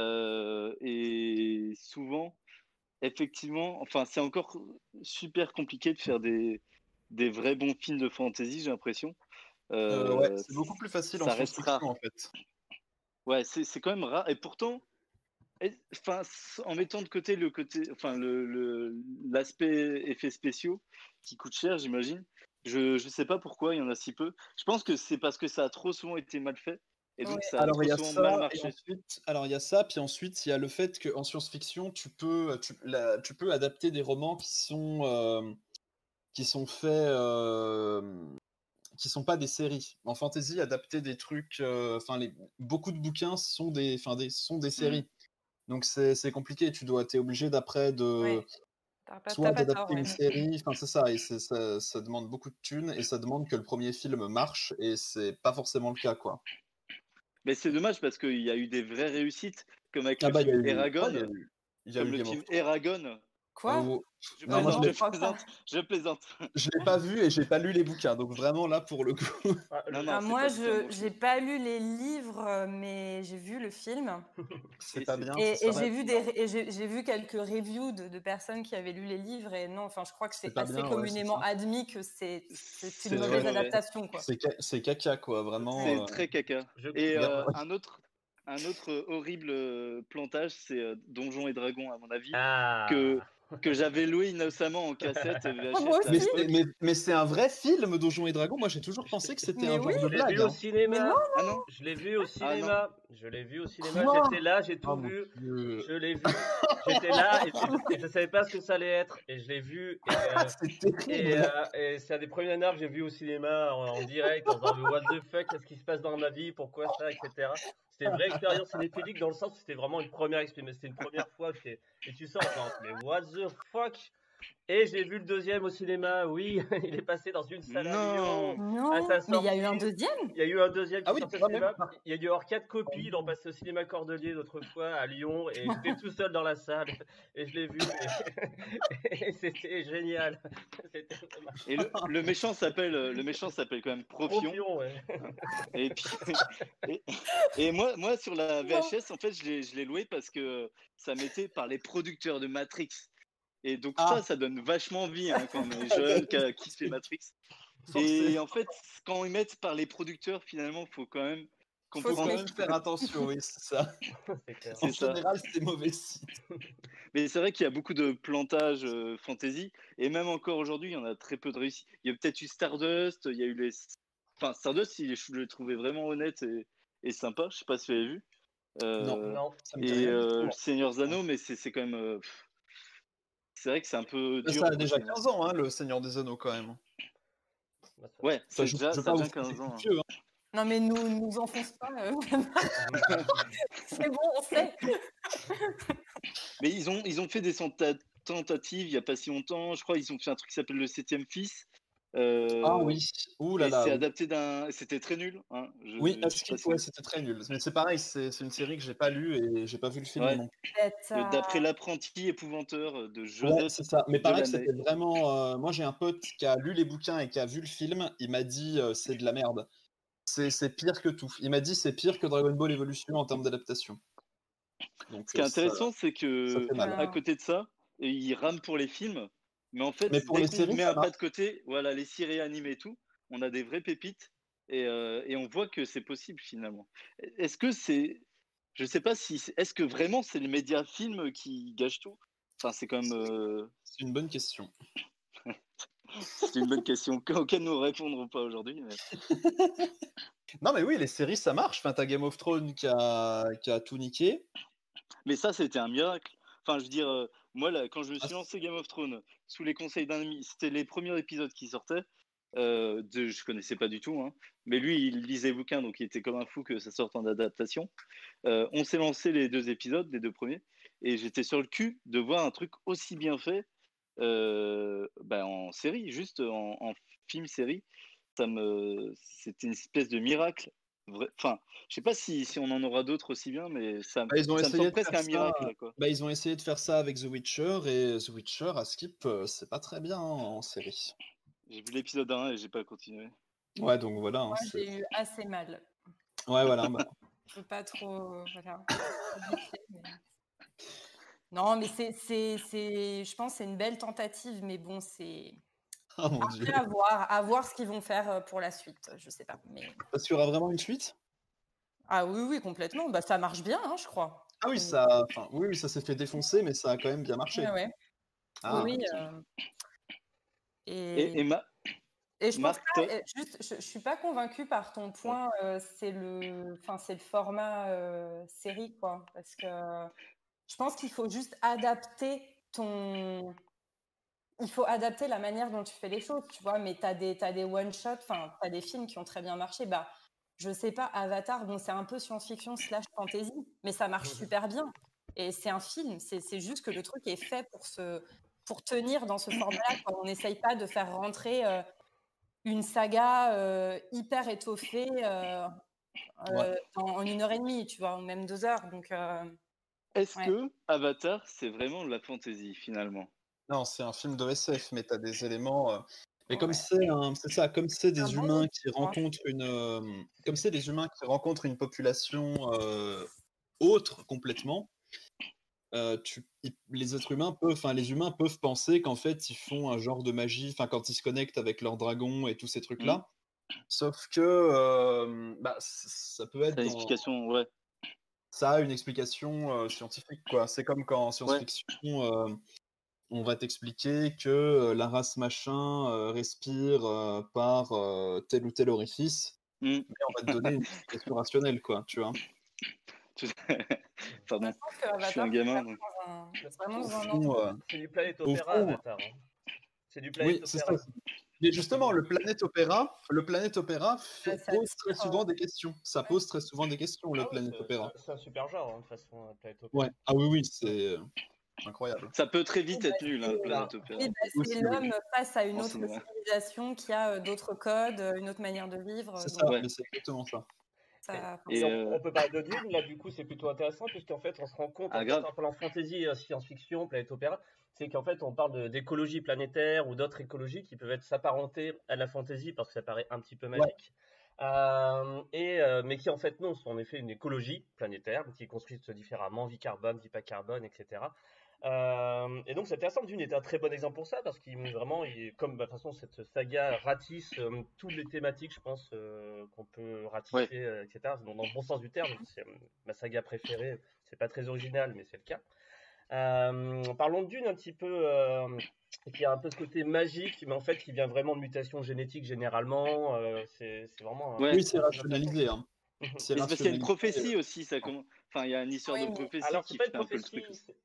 Et souvent, effectivement, enfin, c'est encore super compliqué de faire des vrais bons films de fantasy, j'ai l'impression. Ouais, c'est beaucoup plus facile en Ça reste science-fiction rare. en fait. Ouais, c'est quand même rare. Et pourtant, enfin, en mettant de côté enfin, l'aspect effets spéciaux qui coûte cher, j'imagine. Je sais pas pourquoi il y en a si peu. Je pense que c'est parce que ça a trop souvent été mal fait et donc Ouais. ça a Alors trop il y a souvent mal ça, et marché. ensuite, alors il y a ça, puis ensuite il y a le fait qu'en science-fiction, tu peux adapter des romans qui sont faits, qui sont pas des séries. En fantasy, adapter des trucs, beaucoup de bouquins sont sont des séries. Donc c'est compliqué. T'es obligé d'après Ouais. de T'as soit pas tort, d'adapter ouais. une série, enfin c'est ça, et ça demande beaucoup de thunes et ça demande que le premier film marche et c'est pas forcément le cas quoi. Mais c'est dommage parce qu'il y a eu des vraies réussites, comme avec Ah le bah film Eragon, il y a eu comme le Game of film Thrones. Eragon. Quoi? Je Non, moi plaisante, Non, je crois pas. je plaisante. je l'ai pas vu et j'ai pas lu les bouquins, donc vraiment là pour le coup. Ah, Non, c'est Moi, pas du tout un bon j'ai film. pas lu les livres, mais j'ai vu le film. C'est Et pas c'est bien, Et, c'est et ça. j'ai vu j'ai vu quelques reviews de personnes qui avaient lu les livres et non, enfin, je crois que C'est c'est pas assez bien, ouais, c'est communément ça. admis que c'est c'est une très mauvaise mauvais. adaptation, quoi. C'est caca quoi, vraiment. C'est très caca. Je Et Regarde. un autre horrible plantage, c'est Donjons et Dragons, à mon avis, que, Ah. que j'avais loué innocemment en cassette Ah, moi VHS à Mais aussi. l'époque. mais c'est un vrai film, Donjons et Dragons. Moi j'ai toujours pensé que c'était Mais un oui, genre de Je l'ai blague. vu au Hein. mais non, cinéma. Ah non? Je l'ai vu au Ah non? cinéma. Je l'ai vu au cinéma. Quoi? J'étais là, j'ai Oh tout mon vu. dieu. Je l'ai vu. J'étais là et je savais pas ce que ça allait être. Et je l'ai vu. C'est terrible. Et c'est un des premiers nanars que j'ai vu au cinéma en direct, en disant What the fuck, qu'est-ce qui se passe dans ma vie, pourquoi ça, etc. C'était une vraie expérience cinéphilique dans le sens où c'était vraiment une première expérience. C'était une première fois. Et tu sors en disant Mais what the fuck? Et j'ai vu le deuxième au cinéma, oui, il est passé dans une salle à Lyon, Non! à sa non, mais il y a eu un sortie. deuxième. Il y a eu un deuxième qui Ah est oui, sorti au quand même. cinéma. Il y a dû y avoir 4 copies. Ils l'ont passé au cinéma Cordelier l'autre fois à Lyon. Et j'étais tout seul dans la salle. Et je l'ai vu. Et c'était génial. C'était Et le méchant s'appelle quand même Profion. Profion, ouais. Et puis, et, et moi, sur la VHS, en fait, je l'ai loué parce que ça m'était par les producteurs de Matrix. Et donc Ah. ça donne vachement envie hein, quand on est jeune, qui fait Matrix. Et en fait, quand ils mettent par les producteurs, finalement, il faut quand même Faut comprendre. quand même faire attention, oui, c'est ça. C'est clair. En C'est ça. général, c'est mauvais site. Mais c'est vrai qu'il y a beaucoup de plantages fantasy. Et même encore aujourd'hui, il y en a très peu de réussite. Il y a peut-être eu Stardust, il y a eu les. Enfin, Stardust, je l'ai trouvé vraiment honnête et sympa. Je sais pas si vous l'avez vu. Non. Ça me dit Et rien du tout. le Seigneur des Anneaux, mais c'est quand même. C'est vrai que c'est un peu Mais dur. ça a quoi, déjà c'est- 15 ans, hein, le Seigneur des Anneaux, quand même. Ouais, Enfin, c'est je déjà, veux ça pas a vous déjà faire 15 ans. Hein. vieux, hein. Non, mais nous enfonce pas. C'est bon, on sait. Mais ils ont fait des tentatives il y a pas si longtemps. Je crois ils ont fait un truc qui s'appelle Le Septième Fils. Ah oui, ouh là Et là, c'est oui. adapté d'un. C'était très nul. Hein. Oui, Je sais pas Skip, si- ouais, c'était très nul. Mais c'est pareil, c'est une série que j'ai pas lue et j'ai pas vu le film Ouais. non plus. D'après l'apprenti épouvanteur de Ouais, Joseph c'est ça. Mais pareil, Delaney. c'était vraiment. Moi, j'ai un pote qui a lu les bouquins et qui a vu le film. Il m'a dit c'est de la merde. c'est pire que tout. Il m'a dit c'est pire que Dragon Ball Evolution en termes d'adaptation. Donc, Ce qui est intéressant, c'est que fait mal. à côté de ça, il rame pour les films, mais en fait, Mais pour dès les qu'on séries, met ça un pas marche. de côté, voilà, les séries animées et tout, on a des vraies pépites et on voit que c'est possible finalement. Est-ce que c'est, je sais pas si, est-ce que vraiment c'est le média film qui gâche tout? Enfin, c'est quand même, C'est une bonne question. c'est une bonne question auquel nous répondrons pas aujourd'hui. Mais... Non, mais oui, les séries, ça marche. Enfin, t'as Game of Thrones qui a tout niqué. Mais ça, c'était un miracle. Enfin, je veux dire, moi, là, quand je me suis Ah, lancé Game of Thrones, sous les conseils d'un ami, c'était les premiers épisodes qui sortaient. Je connaissais pas du tout, hein. Mais lui, il lisait les bouquins, donc il était comme un fou que ça sorte en adaptation. On s'est lancé les 2 épisodes, les 2 premiers, et j'étais sur le cul de voir un truc aussi bien fait en série, juste en film-série. C'était une espèce de miracle. Enfin, je sais pas si on en aura d'autres aussi bien, mais ça Ils ont me essayé semble de presque faire un miracle, là, quoi. Ils ont essayé de faire ça avec The Witcher, et The Witcher, à Skip, c'est pas très bien en série. J'ai vu l'épisode 1 et j'ai pas continué. Ouais, donc voilà. Moi, j'ai eu assez mal. Ouais, voilà. Je veux pas trop, voilà. Mais... Non, mais je pense que c'est une belle tentative, mais bon, c'est... Oh mon Dieu. À voir ce qu'ils vont faire pour la suite, je sais pas. Mais... Parce qu'il y aura vraiment une suite? Ah oui, complètement. Bah, ça marche bien, hein, je crois. Ah oui, oui, ça s'est fait défoncer, mais ça a quand même bien marché. Ouais. Ah, oui. Et je pense pas, je suis pas convaincue par ton point. C'est le format série, quoi. Parce que je pense qu'il faut juste adapter il faut adapter la manière dont tu fais les choses, tu vois. Mais t'as des one shot, enfin, t'as des films qui ont très bien marché. Bah, je sais pas, Avatar, bon, c'est un peu science-fiction / fantasy, mais ça marche super bien. Et c'est un film. C'est juste que le truc est fait pour tenir dans ce format-là. On n'essaye pas de faire rentrer une saga hyper étoffée en 1h30, tu vois, ou même 2 heures. Donc, est-ce que Avatar, c'est vraiment de la fantasy finalement? Non, c'est un film de SF, mais tu as des éléments. Mais comme c'est ça, comme c'est des humains qui rencontrent comme c'est des humains qui rencontrent une population autre complètement. Les êtres humains les humains peuvent penser qu'en fait ils font un genre de magie, enfin quand ils se connectent avec leur dragon et tous ces trucs-là. Sauf que ça peut être. Ça a une explication, ouais. Ça a une explication scientifique, quoi. C'est comme quand en science-fiction, on va t'expliquer que la race machin respire par tel ou tel orifice, mais on va te donner une explication rationnelle, quoi, tu vois. Pardon, je suis un gamin. Donc... C'est du Planète Opéra, Avatar. C'est du Planète Opéra. Ça. Mais justement, le Planète Opéra pose très souvent des questions. Ça pose très souvent des questions, le Planète Opéra. C'est un super genre, de toute façon, Planète Opéra. Ouais. Ah oui, c'est incroyable. Ça peut très vite être nul, Planète Opéra. C'est l'homme face à une autre civilisation qui a d'autres codes, une autre manière de vivre. C'est ça, mais c'est exactement ça. On peut parler de Dune, là, du coup, c'est plutôt intéressant, puisqu'en fait, on se rend compte, en parlant fantasy, science-fiction, Planète Opéra, c'est qu'en fait, on parle d'écologie planétaire ou d'autres écologies qui peuvent être s'apparenter à la fantasy parce que ça paraît un petit peu magique. Mais qui, en fait, non, sont en effet une écologie planétaire qui est construite différemment, vie carbone, vie pas carbone, etc. Et donc c'est intéressant. Dune est un très bon exemple pour ça parce qu'il vraiment, comme de toute façon cette saga ratisse toutes les thématiques, je pense qu'on peut ratisser, etc. Dans le bon sens du terme, c'est ma saga préférée. C'est pas très original, mais c'est le cas. Parlons de Dune un petit peu, qui a un peu ce côté magique, mais en fait qui vient vraiment de mutations génétiques généralement. C'est vraiment. Oui, c'est rationalisé. Hein. C'est parce qu'il y a une prophétie aussi, ça commence. Enfin, il y a une histoire de prophétie. Alors, qui fait un peu le truc.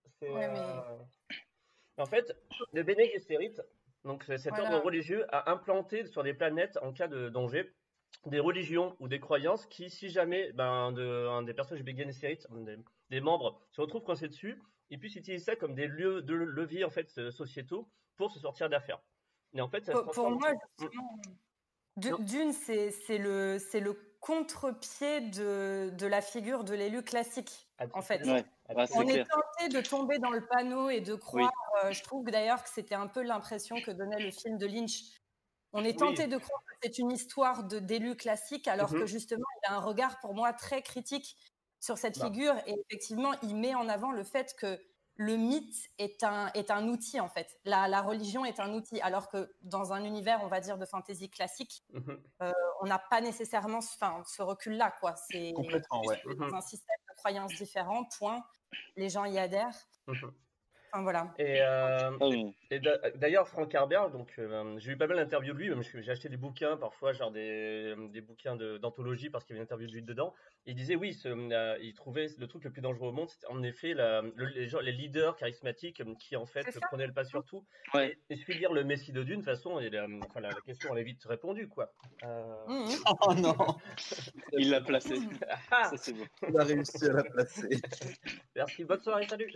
En fait, le Bene Gesserit, donc cet ordre religieux, a implanté sur des planètes, en cas de danger, des religions ou des croyances qui, si jamais des personnages du Bene Gesserit, des membres, se retrouvent coincés dessus, ils puissent utiliser ça comme des lieux de levier en fait sociétaux pour se sortir d'affaires. Et en fait, ça pour moi, justement, Dune, c'est le contre-pied de la figure de l'élu classique, en fait. On est tenté de tomber dans le panneau et de croire, je trouve d'ailleurs que c'était un peu l'impression que donnait le film de Lynch. On est tenté de croire que c'est une histoire d'élu classique, alors que justement, il a un regard pour moi très critique sur cette figure. Et effectivement, il met en avant le fait que le mythe est un outil, en fait. La religion est un outil, alors que dans un univers, on va dire, de fantasy classique, on n'a pas nécessairement ce recul-là, quoi. C'est complètement, ouais. un système de croyances différent, point. Les gens y adhèrent. Enfin, voilà. Et d'ailleurs, Frank Herbert, donc j'ai eu pas mal d'interviews de lui, même j'ai acheté des bouquins parfois, genre des bouquins d'anthologie parce qu'il y avait une interview de lui dedans. Et il disait oui, il trouvait le truc le plus dangereux au monde, c'était en effet les leaders charismatiques qui en fait prenaient le pas sur tout. Ouais. Et suffit de lire le Messie de Dune, de toute façon, la question elle est vite répondue, quoi. Oh non, Il l'a placé. Ah, Ça, c'est beau. il a réussi à la placer. merci, bonne soirée, salut.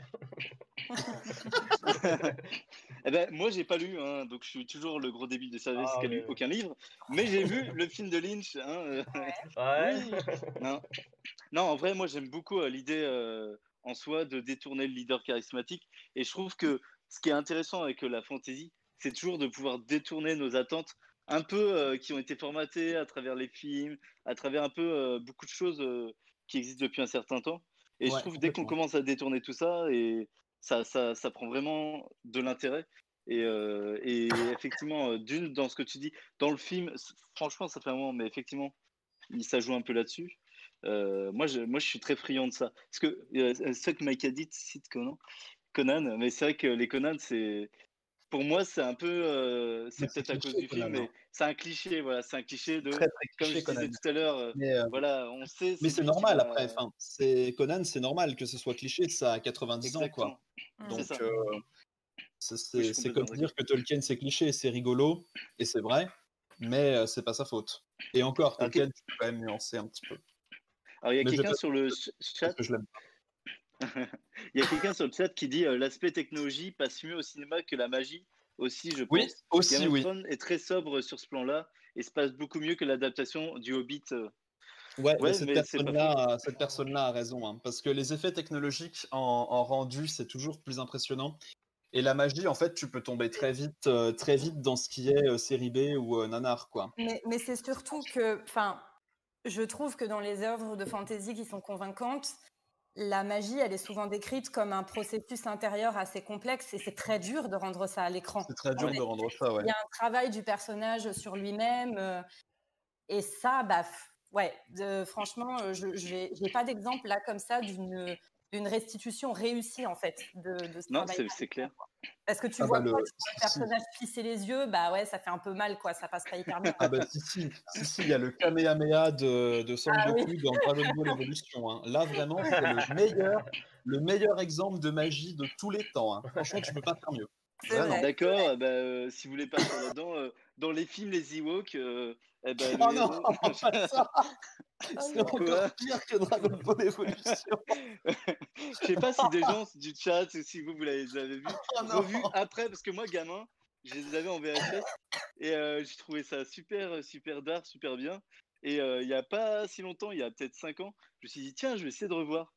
Eh ben, moi, j'ai pas lu, hein, donc je suis toujours le gros débile de service qui a lu aucun livre, mais j'ai vu le film de Lynch. Hein, Ouais. Oui. Non, en vrai, moi, j'aime beaucoup l'idée en soi de détourner le leader charismatique, et je trouve que ce qui est intéressant avec la fantasy, c'est toujours de pouvoir détourner nos attentes un peu qui ont été formatées à travers les films, à travers un peu beaucoup de choses qui existent depuis un certain temps. Et je trouve dès qu'on commence à détourner tout ça, et ça prend vraiment de l'intérêt. Et effectivement, Dune, dans ce que tu dis, dans le film, franchement, ça fait un moment, mais effectivement, ça joue un peu là-dessus. Moi, je suis très friand de ça. Parce que c'est ça que Mike a dit, cite Conan, mais c'est vrai que les Conan, pour moi, c'est un peu, c'est peut-être à cause du film, mais c'est un cliché, voilà, c'est un cliché de, très, très cliché, comme je disais tout à l'heure, voilà, on sait. Mais c'est normal après. Enfin, Conan, c'est normal que ce soit cliché, ça a 90 ans, quoi. Donc c'est comme dire que Tolkien c'est cliché, c'est rigolo et c'est vrai, mais c'est pas sa faute. Et encore, Tolkien, tu peux quand même nuancer un petit peu. Alors il y a quelqu'un sur le chat. Il y a quelqu'un sur le chat qui dit l'aspect technologie passe mieux au cinéma que la magie aussi, je pense. Oui, aussi, Game of Thrones est très sobre sur ce plan-là et se passe beaucoup mieux que l'adaptation du Hobbit. Ouais, cette personne-là a raison, hein, parce que les effets technologiques en rendu, c'est toujours plus impressionnant. Et la magie, en fait, tu peux tomber très vite dans ce qui est série B ou nanar, quoi. Mais c'est surtout que, je trouve que dans les œuvres de fantasy qui sont convaincantes, la magie, elle est souvent décrite comme un processus intérieur assez complexe et c'est très dur de rendre ça à l'écran. C'est très dur de rendre ça, ouais. Il y a un travail du personnage sur lui-même et ça, franchement, je n'ai pas d'exemple là comme ça d'une restitution réussie en fait de ce travail. Non, c'est clair. Parce que tu vois le personnage plisser les yeux, ça fait un peu mal, quoi. Ça passe pas hyper bien. Ah bah si, il y a le Kamehameha de Sangoku dans Dragon Ball Evolution. Hein. Là vraiment, c'est le meilleur exemple de magie de tous les temps. Hein. Franchement, tu peux pas faire mieux. D'accord, si vous voulez partir là-dedans, dans les films les Ewoks, non, pas ça. C'est encore pire que Dragon Ball Evolution. Je sais pas si des gens du chat, si vous les avez vus, revus après, parce que moi, gamin, je les avais en VHS et j'ai trouvé ça super, super dark, super bien. Et il y a pas si longtemps, il y a peut-être 5 ans, je me suis dit, tiens, je vais essayer de revoir.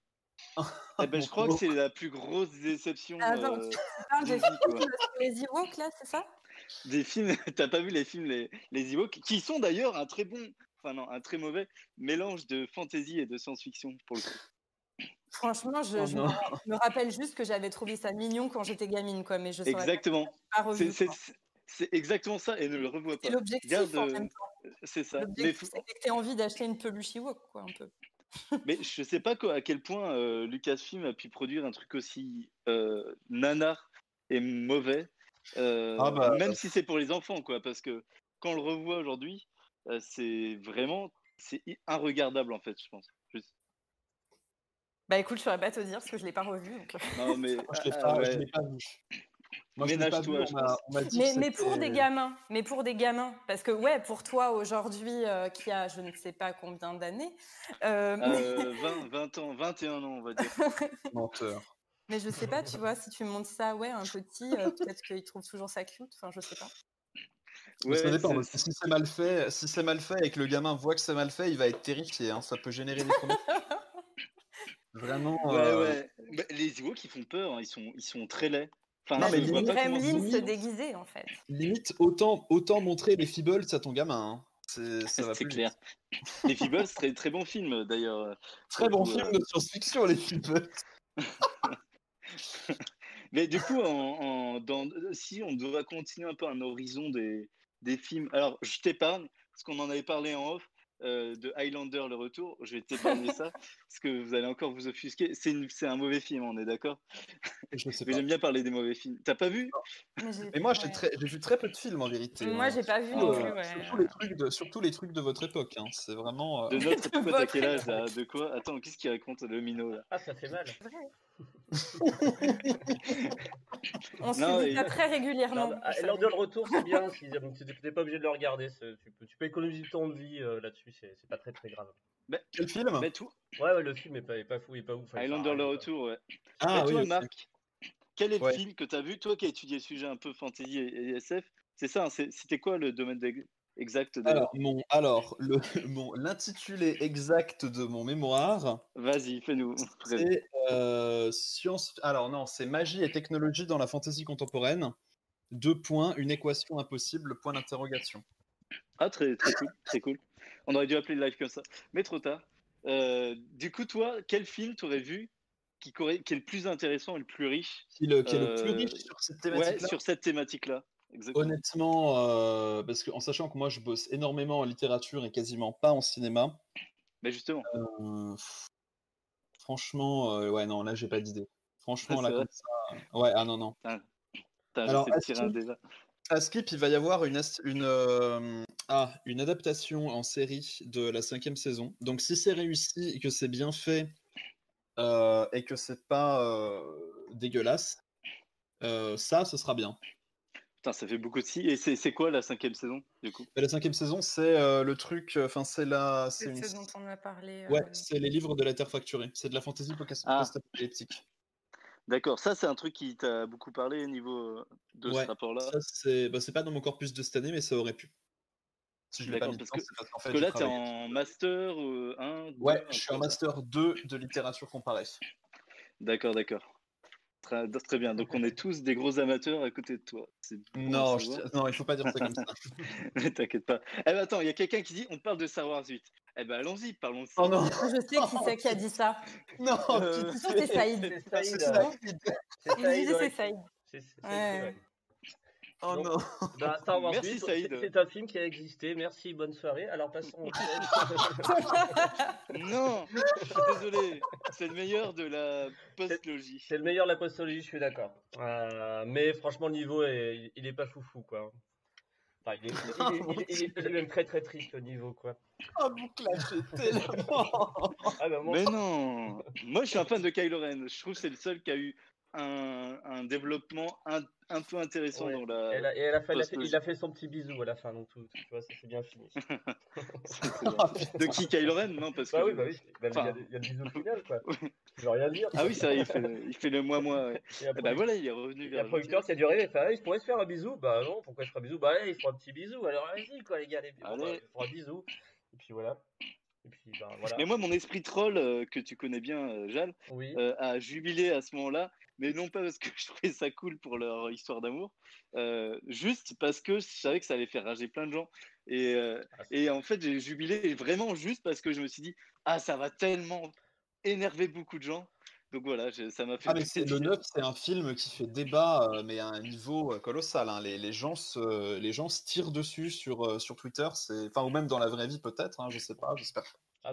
Je crois que c'est la plus grosse déception. Tu parles des films sur les Ewoks, là, c'est ça? Des films, t'as pas vu les films les Ewoks, qui sont d'ailleurs un très mauvais mélange de fantasy et de science-fiction pour le coup. Franchement, je me rappelle juste que j'avais trouvé ça mignon quand j'étais gamine, quoi, mais je saurais exactement. Pas revu, c'est exactement ça, et ne le revois pas. C'est l'objectif en même temps. C'est ça. L'objectif, c'est que tu aies envie d'acheter une peluche Ewok, quoi, un peu. Mais je sais pas à quel point Lucasfilm a pu produire un truc aussi nanar et mauvais, même si c'est pour les enfants, quoi, parce que quand on le revoit aujourd'hui, c'est inregardable en fait, je pense. Bah écoute, je saurais pas te dire parce que je l'ai pas revu. Donc... Non mais je l'ai pas vu. Moi, ménage-toi, je pense. Mais pour des gamins, parce que pour toi aujourd'hui qui a je ne sais pas combien d'années, 20 ans, 21 ans, on va dire. Menteur. Mais je sais pas, tu vois, si tu montes ça, un petit, peut-être qu'il trouve toujours ça cute. Enfin, je sais pas. Ça dépend. Si c'est mal fait, et que le gamin voit que c'est mal fait, il va être terrifié. Hein. Ça peut générer des problèmes. Vraiment. Bah, les Ewoks, ils font peur. Hein. Ils sont très laids. Mais les gremlins se déguiser en fait. Limite, autant montrer les feebles à ton gamin. Hein. Ça va C'est plus clair. vite. Les Feebles, très, très bon film d'ailleurs. Très bon Surtout, film de science-fiction, les Feebles. Mais du coup, si on doit continuer un peu un horizon des films, alors je t'épargne, parce qu'on en avait parlé en off, de Highlander, le retour, je vais t'épargner ça, parce que vous allez encore vous offusquer. C'est un mauvais film, on est d'accord? Je sais Mais pas. j'aime bien parler des mauvais films. T'as pas vu? Mais moi, j'ai vu très peu de films en vérité. Moi, j'ai pas vu non plus. Ouais. Surtout les trucs de votre époque. Hein. C'est vraiment. De notre De époque, t'as votre quel âge là? De quoi? Attends, qu'est-ce qu'il raconte le minot là? Ah, ça fait mal. On Non, subit ça très régulièrement. L'heure de le retour, c'est bien. Si t'es pas obligé de le regarder, tu peux économiser ton temps de vie là-dessus. C'est pas très très grave. Quel film? Mais tout. Ouais, le film est pas fou, il est pas ouf. Enfin, Highlander, le retour, ouais. Ah Mais oui. toi, Ok. Marc, quel est le Ouais. film que t'as vu? Toi qui as étudié le sujet un peu fantasy et SF, c'est ça, hein, c'était quoi le domaine exact d'ailleurs? L'intitulé exact de mon mémoire, Vas-y, fais-nous. c'est science. Alors non, c'est magie et technologie dans la fantasy contemporaine. 2 points, une équation impossible, point d'interrogation. Ah, très, très cool, très cool. On aurait dû appeler le live comme ça, mais trop tard. Du coup, toi, quel film t'aurais vu qui est le plus intéressant et le plus riche Qui est le plus riche sur cette ouais, thématique-là? sur cette thématique-là, exactement. Honnêtement, parce qu'en sachant que moi je bosse énormément en littérature et quasiment pas en cinéma, Mais justement, franchement, ouais, non, là j'ai pas d'idée. Franchement, là c'est vrai. comme ça, ouais, ah non, non. Putain, Alors, j'essaie de tirer un débat. à Skip, il va y avoir une adaptation en série de la 5e saison. Donc, si c'est réussi et que c'est bien fait et que c'est pas dégueulasse, ça, ce sera bien. Putain, ça fait beaucoup de si. Et c'est quoi la 5e saison, du coup? Mais la 5e saison, c'est le truc, enfin, c'est C'est ce dont on a parlé. Ouais, c'est les livres de la Terre fracturée. C'est de la fantasy post-apocalyptique. D'accord, ça c'est un truc qui t'a beaucoup parlé au niveau de ce rapport-là. Ça c'est pas dans mon corpus de cette année, mais ça aurait pu. Si je l'ai pas mis parce dedans, que, c'est parce qu'en parce fait, que là, tu es en master 1, 2, ouais, je suis en master 2 de littérature comparée. D'accord. Très bien. Donc, on est tous des gros amateurs à côté de toi. Non, non, il faut pas dire ça comme ça. T'inquiète pas. Eh ben, attends, il y a quelqu'un qui dit on parle de Star Wars 8. Eh ben, allons-y, parlons de ça. Oh non. Je sais qui c'est qui a dit ça. Non, c'est Saïd. C'est Saïd. Ouais. Oh donc, non. Star Wars Merci 8, Saïd. c'est un film qui a existé. Merci, bonne soirée. Alors passons au Non, je suis désolé. C'est le meilleur de la postlogie. C'est le meilleur de la postologie, je suis d'accord. Mais franchement, le niveau, il est pas foufou, quoi. Enfin, il est même très très triste au niveau, quoi. Oh, vous clashez tellement. Mais non. Moi, je suis un fan de Kylo Ren. Je trouve que c'est le seul qui a eu un développement un peu intéressant dans la. Il a fait son petit bisou à la fin, donc tout, tu vois, ça c'est bien fini. De qui, Kylo Ren? Non, parce que. Oui. Enfin, il y a le bisou final, quoi. Tu veux rien dire. Ah oui, ça, il fait le moi. Ouais. Et bah voilà, il est revenu vers. Il y a un producteur qui a dû rêver. Il pourrait se faire un bisou. Bah non, pourquoi je ferais un bisou? Bah allez, il fera un petit bisou. Alors vas-y, quoi, les gars, il fera un bisou. Et puis voilà. Voilà. Mais moi, mon esprit troll, que tu connais bien, Jal, a jubilé à ce moment-là, mais non pas parce que je trouvais ça cool pour leur histoire d'amour, juste parce que je savais que ça allait faire rager plein de gens. Et en fait, j'ai jubilé vraiment juste parce que je me suis dit, ah, ça va tellement énerver beaucoup de gens. Donc voilà, ça m'a fait. Ah, mais le 9, c'est un film qui fait débat, mais à un niveau colossal. Hein. Les gens se tirent dessus sur Twitter, ou même dans la vraie vie peut-être, hein, je sais pas, j'espère.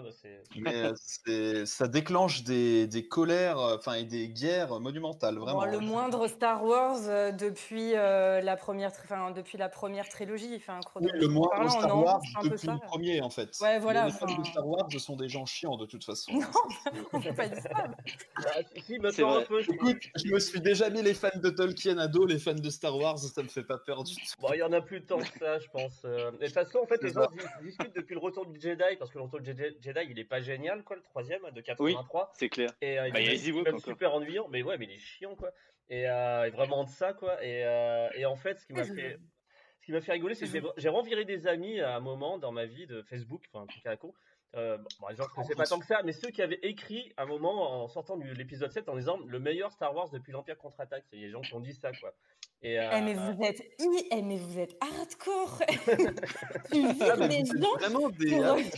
Mais ça déclenche des colères, et des guerres monumentales, vraiment. Le moindre Star Wars depuis la première trilogie. Le moindre Star Wars depuis le premier, en fait. Ouais, voilà. Les fans de Star Wars, ce sont des gens chiants de toute façon. Non, j'ai pas dit ça. C'est vrai. Écoute, je me suis déjà mis les fans de Tolkien à dos, les fans de Star Wars, ça me fait pas peur du tout. Bon, il y en a plus de temps que ça, je pense. De toute façon, en fait, les gens discutent depuis le retour du Jedi, parce que le retour du Jedi, il est pas génial, quoi, le troisième de 83. Oui, c'est clair. Et il est même super ennuyant, mais ouais, mais il est chiant, quoi. Et vraiment de ça, quoi. Et en fait, ce qui m'a fait rigoler, c'est que j'ai reviré des amis à un moment dans ma vie de Facebook, enfin un truc à la con. Les gens ne connaissaient pas tant que ça, mais ceux qui avaient écrit un moment en sortant de l'épisode 7 en disant le meilleur Star Wars depuis l'Empire contre-attaque. C'est les gens qui ont dit ça, quoi. Et, mais vous êtes hardcore. Tu vires les gens vraiment des.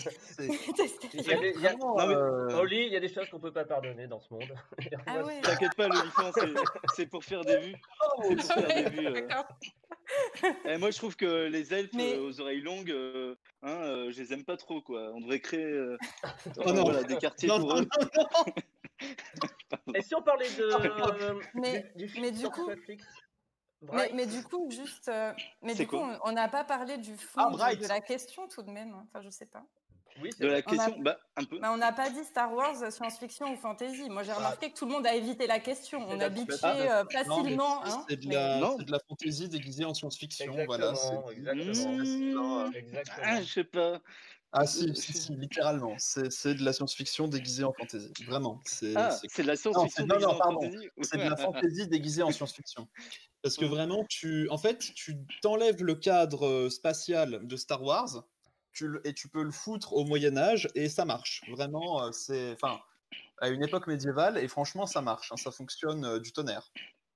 Oli, il y a des choses qu'on peut pas pardonner dans ce monde. Ah ouais. T'inquiète pas, Lolican, c'est pour faire des vues. C'est pour faire des vues. Et moi, je trouve que les elfes aux oreilles longues, je les aime pas trop, quoi. On devrait créer des quartiers pour eux. Et si on parlait du film du coup, Netflix mais du coup, on n'a pas parlé du fond de la question tout de même. Enfin, je sais pas. Oui, de la question, un peu. On n'a pas dit Star Wars, science-fiction ou fantasy. Moi, j'ai remarqué que tout le monde a évité la question. On a bitché facilement. C'est de la fantasy déguisée en science-fiction. Exactement. Je sais pas. Ah si, littéralement. C'est de la science-fiction déguisée en fantasy. Vraiment. C'est de la science-fiction déguisée en fantasy. C'est de la fantasy déguisée en science-fiction. Parce que vraiment, tu t'enlèves le cadre spatial de Star Wars et tu peux le foutre au Moyen-Âge et ça marche. Vraiment, à une époque médiévale et franchement, ça marche. Ça fonctionne du tonnerre.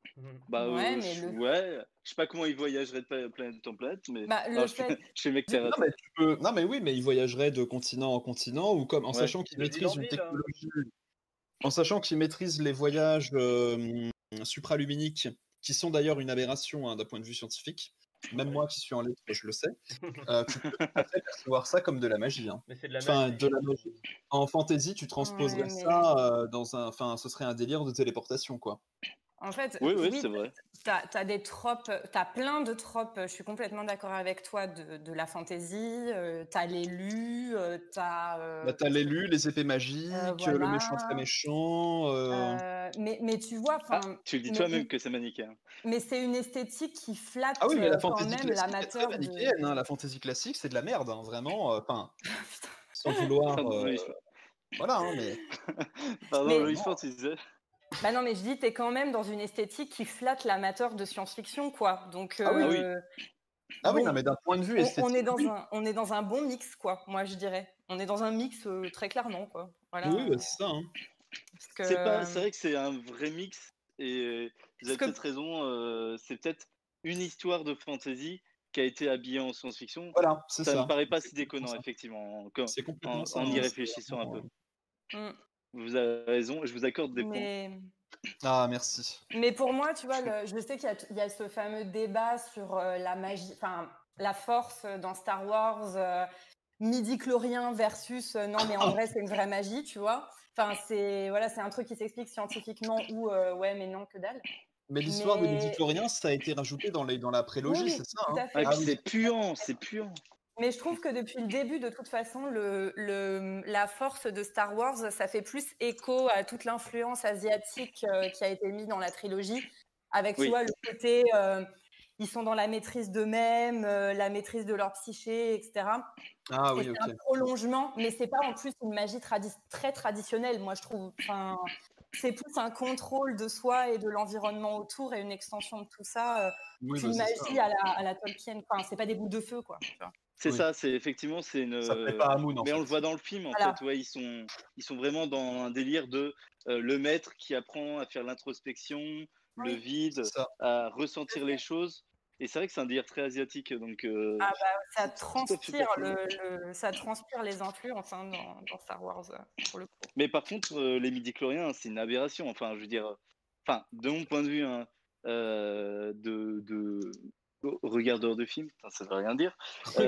Je sais pas comment ils voyageraient de planète en planète, mais je suis le mec mais ils voyageraient de continent en continent ou comme en sachant qu'ils maîtrisent une technologie, en sachant qu'ils maîtrisent les voyages supraluminiques, qui sont d'ailleurs une aberration d'un point de vue scientifique. Même moi qui suis en lettres, je le sais. Tu peux percevoir ça comme de la magie. Mais c'est de la magie. En fantasy, tu transposerais ça dans un. Enfin, ce serait un délire de téléportation, quoi. En fait, oui, c'est vrai. T'as des tropes, t'as plein de tropes. Je suis complètement d'accord avec toi de la fantasy. T'as l'élu, t'as l'élu, les épées magiques, le méchant très méchant. Mais tu vois, tu le dis toi-même que c'est manichéen. Mais c'est une esthétique qui flatte mais la quand fantasy même l'amateur. La fantasy classique, c'est de la merde, vraiment. Sans vouloir. Voilà, mais. Pardon, Louis Fort, tu disais. Non, mais je dis, t'es quand même dans une esthétique qui flatte l'amateur de science-fiction, quoi. Donc, non, mais d'un point de vue esthétique. On est dans un bon mix, quoi, moi, je dirais. On est dans un mix très clairement, quoi. Voilà. Oui, c'est ça. C'est vrai que c'est un vrai mix. Et vous avez peut-être raison. C'est peut-être une histoire de fantasy qui a été habillée en science-fiction. Voilà, c'est ça. Ça me paraît pas si déconnant, effectivement, en y réfléchissant un peu. Vous avez raison, je vous accorde des points. Ah, merci. Mais pour moi, tu vois, je sais qu'il y a ce fameux débat sur la magie, la force dans Star Wars, midi-chlorien versus non, mais en vrai, c'est une vraie magie, tu vois. C'est un truc qui s'explique scientifiquement ou mais non, que dalle. Mais l'histoire des midi-chloriens, ça a été rajouté dans la prélogie, c'est ça, c'est puant, c'est puant. Mais je trouve que depuis le début, de toute façon, la force de Star Wars, ça fait plus écho à toute l'influence asiatique qui a été mise dans la trilogie, avec tu vois, le côté, ils sont dans la maîtrise d'eux-mêmes, la maîtrise de leur psyché, etc. Ah oui, c'est un prolongement, mais c'est pas en plus une magie très traditionnelle, moi je trouve. C'est plus un contrôle de soi et de l'environnement autour et une extension de tout ça qu'une magie à la Tolkien. C'est pas des boules de feu, quoi. C'est ça, c'est effectivement, c'est une. Ça plaît pas à Moon, mais on le voit dans le film, en fait. Ouais, ils sont vraiment dans un délire de le maître qui apprend à faire l'introspection, le vide, à ressentir les choses. Et c'est vrai que c'est un délire très asiatique, donc. Ça transpire ça transpire les influences dans Star Wars pour le coup. Mais par contre, les midi-chloriens, c'est une aberration. Enfin, je veux dire, de mon point de vue, de regardeur de films, ça veut rien dire.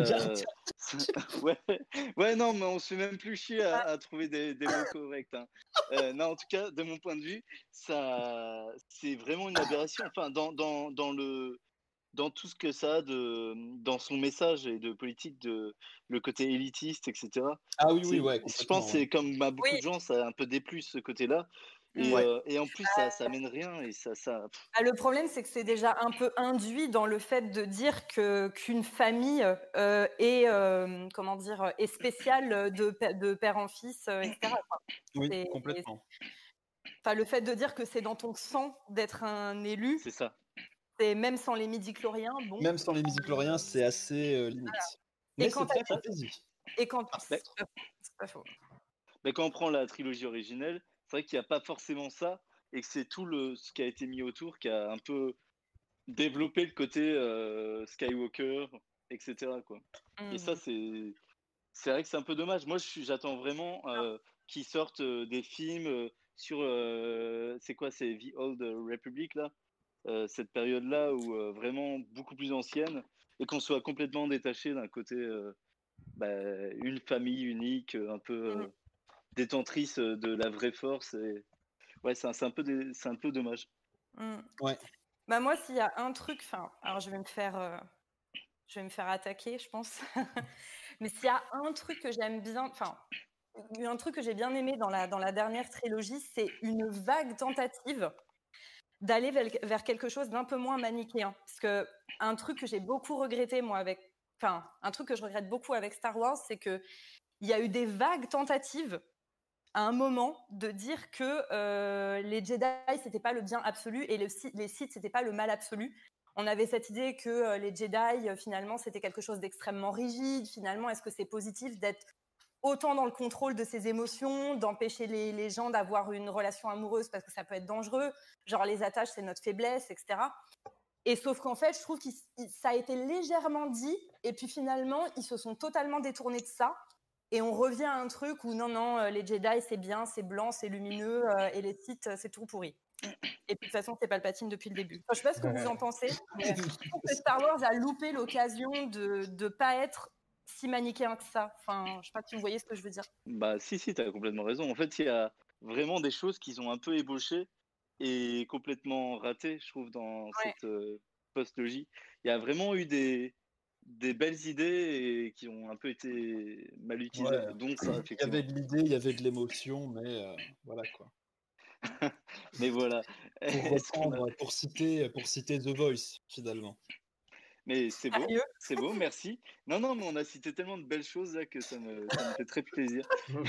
Non, mais on se fait même plus chier à trouver des mots corrects. Non, en tout cas, de mon point de vue, ça, c'est vraiment une aberration. Enfin, dans tout ce que ça a dans son message et de politique, le côté élitiste, etc. Ah oui, je pense que c'est comme beaucoup de gens, ça a un peu déplu ce côté-là. Et en plus, ça amène rien. Et ça... Le problème, c'est que c'est déjà un peu induit dans le fait de dire qu'une famille est spéciale de père en fils, etc. Oui, complètement. Le fait de dire que c'est dans ton sang d'être un élu. C'est ça. C'est même sans les midi-chloriens. Même sans les midi-chloriens, c'est assez limite. Voilà. Mais c'est très fantasy. Et quand c'est pas faux. Mais quand on prend la trilogie originelle, c'est vrai qu'il n'y a pas forcément ça, et que c'est tout ce qui a été mis autour qui a un peu développé le côté Skywalker, etc., quoi. Et ça, c'est vrai que c'est un peu dommage. Moi, j'attends vraiment qu'ils sortent des films sur. C'est quoi? C'est The Old Republic, là? Cette période-là, où vraiment beaucoup plus ancienne, et qu'on soit complètement détaché d'un côté. Une famille unique, un peu détentrice de la vraie force. Et... Ouais, c'est un peu dommage. Ouais. Bah moi, s'il y a un truc, alors je vais me faire attaquer, je pense. Mais s'il y a un truc que j'aime bien, un truc que j'ai bien aimé dans la dernière trilogie, c'est une vague tentative d'aller vers quelque chose d'un peu moins manichéen. Parce que un truc que j'ai beaucoup regretté, moi, un truc que je regrette beaucoup avec Star Wars, c'est que il y a eu des vagues tentatives à un moment de dire que les Jedi c'était pas le bien absolu et les Sith c'était pas le mal absolu. On avait cette idée que les Jedi finalement c'était quelque chose d'extrêmement rigide. Finalement, est-ce que c'est positif d'être autant dans le contrôle de ses émotions, d'empêcher les gens d'avoir une relation amoureuse parce que ça peut être dangereux, genre les attaches c'est notre faiblesse, etc. Et sauf qu'en fait, je trouve que ça a été légèrement dit et puis finalement ils se sont totalement détournés de ça. Et on revient à un truc où non, les Jedi, c'est bien, c'est blanc, c'est lumineux, et les Sith, c'est tout pourri. Et de toute façon, c'est Palpatine depuis le début. Enfin, je sais pas ce que vous en pensez, mais je trouve que Star Wars a loupé l'occasion de pas être si manichéen que ça. Enfin, je sais pas si vous voyez ce que je veux dire. Bah, si, t'as complètement raison. En fait, il y a vraiment des choses qu'ils ont un peu ébauchées et complètement ratées, je trouve, dans cette post-logie. Il y a vraiment eu des belles idées et qui ont un peu été mal utilisées. Ouais. Donc, ça, Il y avait de l'idée, il y avait de l'émotion, mais voilà quoi. Mais voilà. Pour citer The Voice, finalement. Mais c'est beau, merci. Non, mais on a cité tellement de belles choses là que ça me fait très plaisir.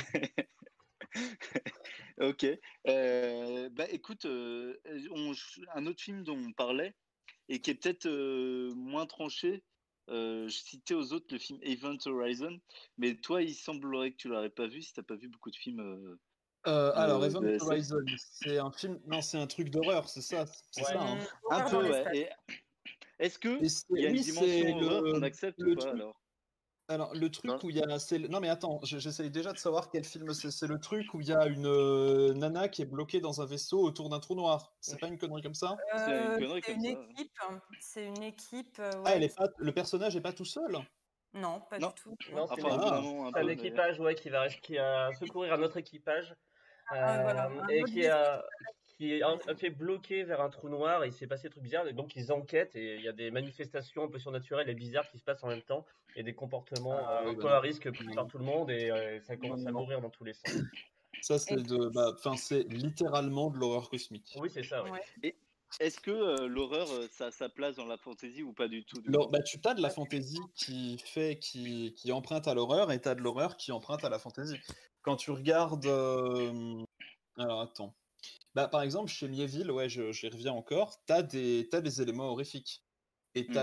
Ok. Écoute, un autre film dont on parlait et qui est peut-être moins tranché, je citais aux autres le film Event Horizon, mais toi, il semblerait que tu l'aurais pas vu si t'as pas vu beaucoup de films. Alors, de Event SF. Horizon, c'est un film. Non, c'est un truc d'horreur, c'est ça. C'est ça. Hein. Un peu, ouais. Et est-ce que il y a une dimension horreur qu'on accepte ou pas alors? Alors, le truc où il y a. Non, mais attends, j'essaye déjà de savoir quel film c'est. C'est le truc où il y a une nana qui est bloquée dans un vaisseau autour d'un trou noir. C'est pas une connerie comme ça? C'est une connerie comme ça. Équipe. C'est une équipe. Ouais. Le personnage est pas tout seul? Non, pas du tout. Non, c'est un équipage qui a secourir un autre équipage et qui est fait bloqué vers un trou noir et il s'est passé des trucs bizarres et donc ils enquêtent et il y a des manifestations un peu surnaturelles et bizarres qui se passent en même temps et des comportements un peu à risque pris par tout le monde et ça commence à mourir dans tous les sens. Ça c'est littéralement de l'horreur cosmique. Oui, c'est ça. Ouais. Et est-ce que l'horreur ça a sa place dans la fantasy ou pas du tout? Tu as de la fantasy qui emprunte à l'horreur et tu as de l'horreur qui emprunte à la fantasy. Quand tu regardes alors attends. Par exemple, chez Mieville, j'y reviens encore, t'as des éléments horrifiques. Et t'as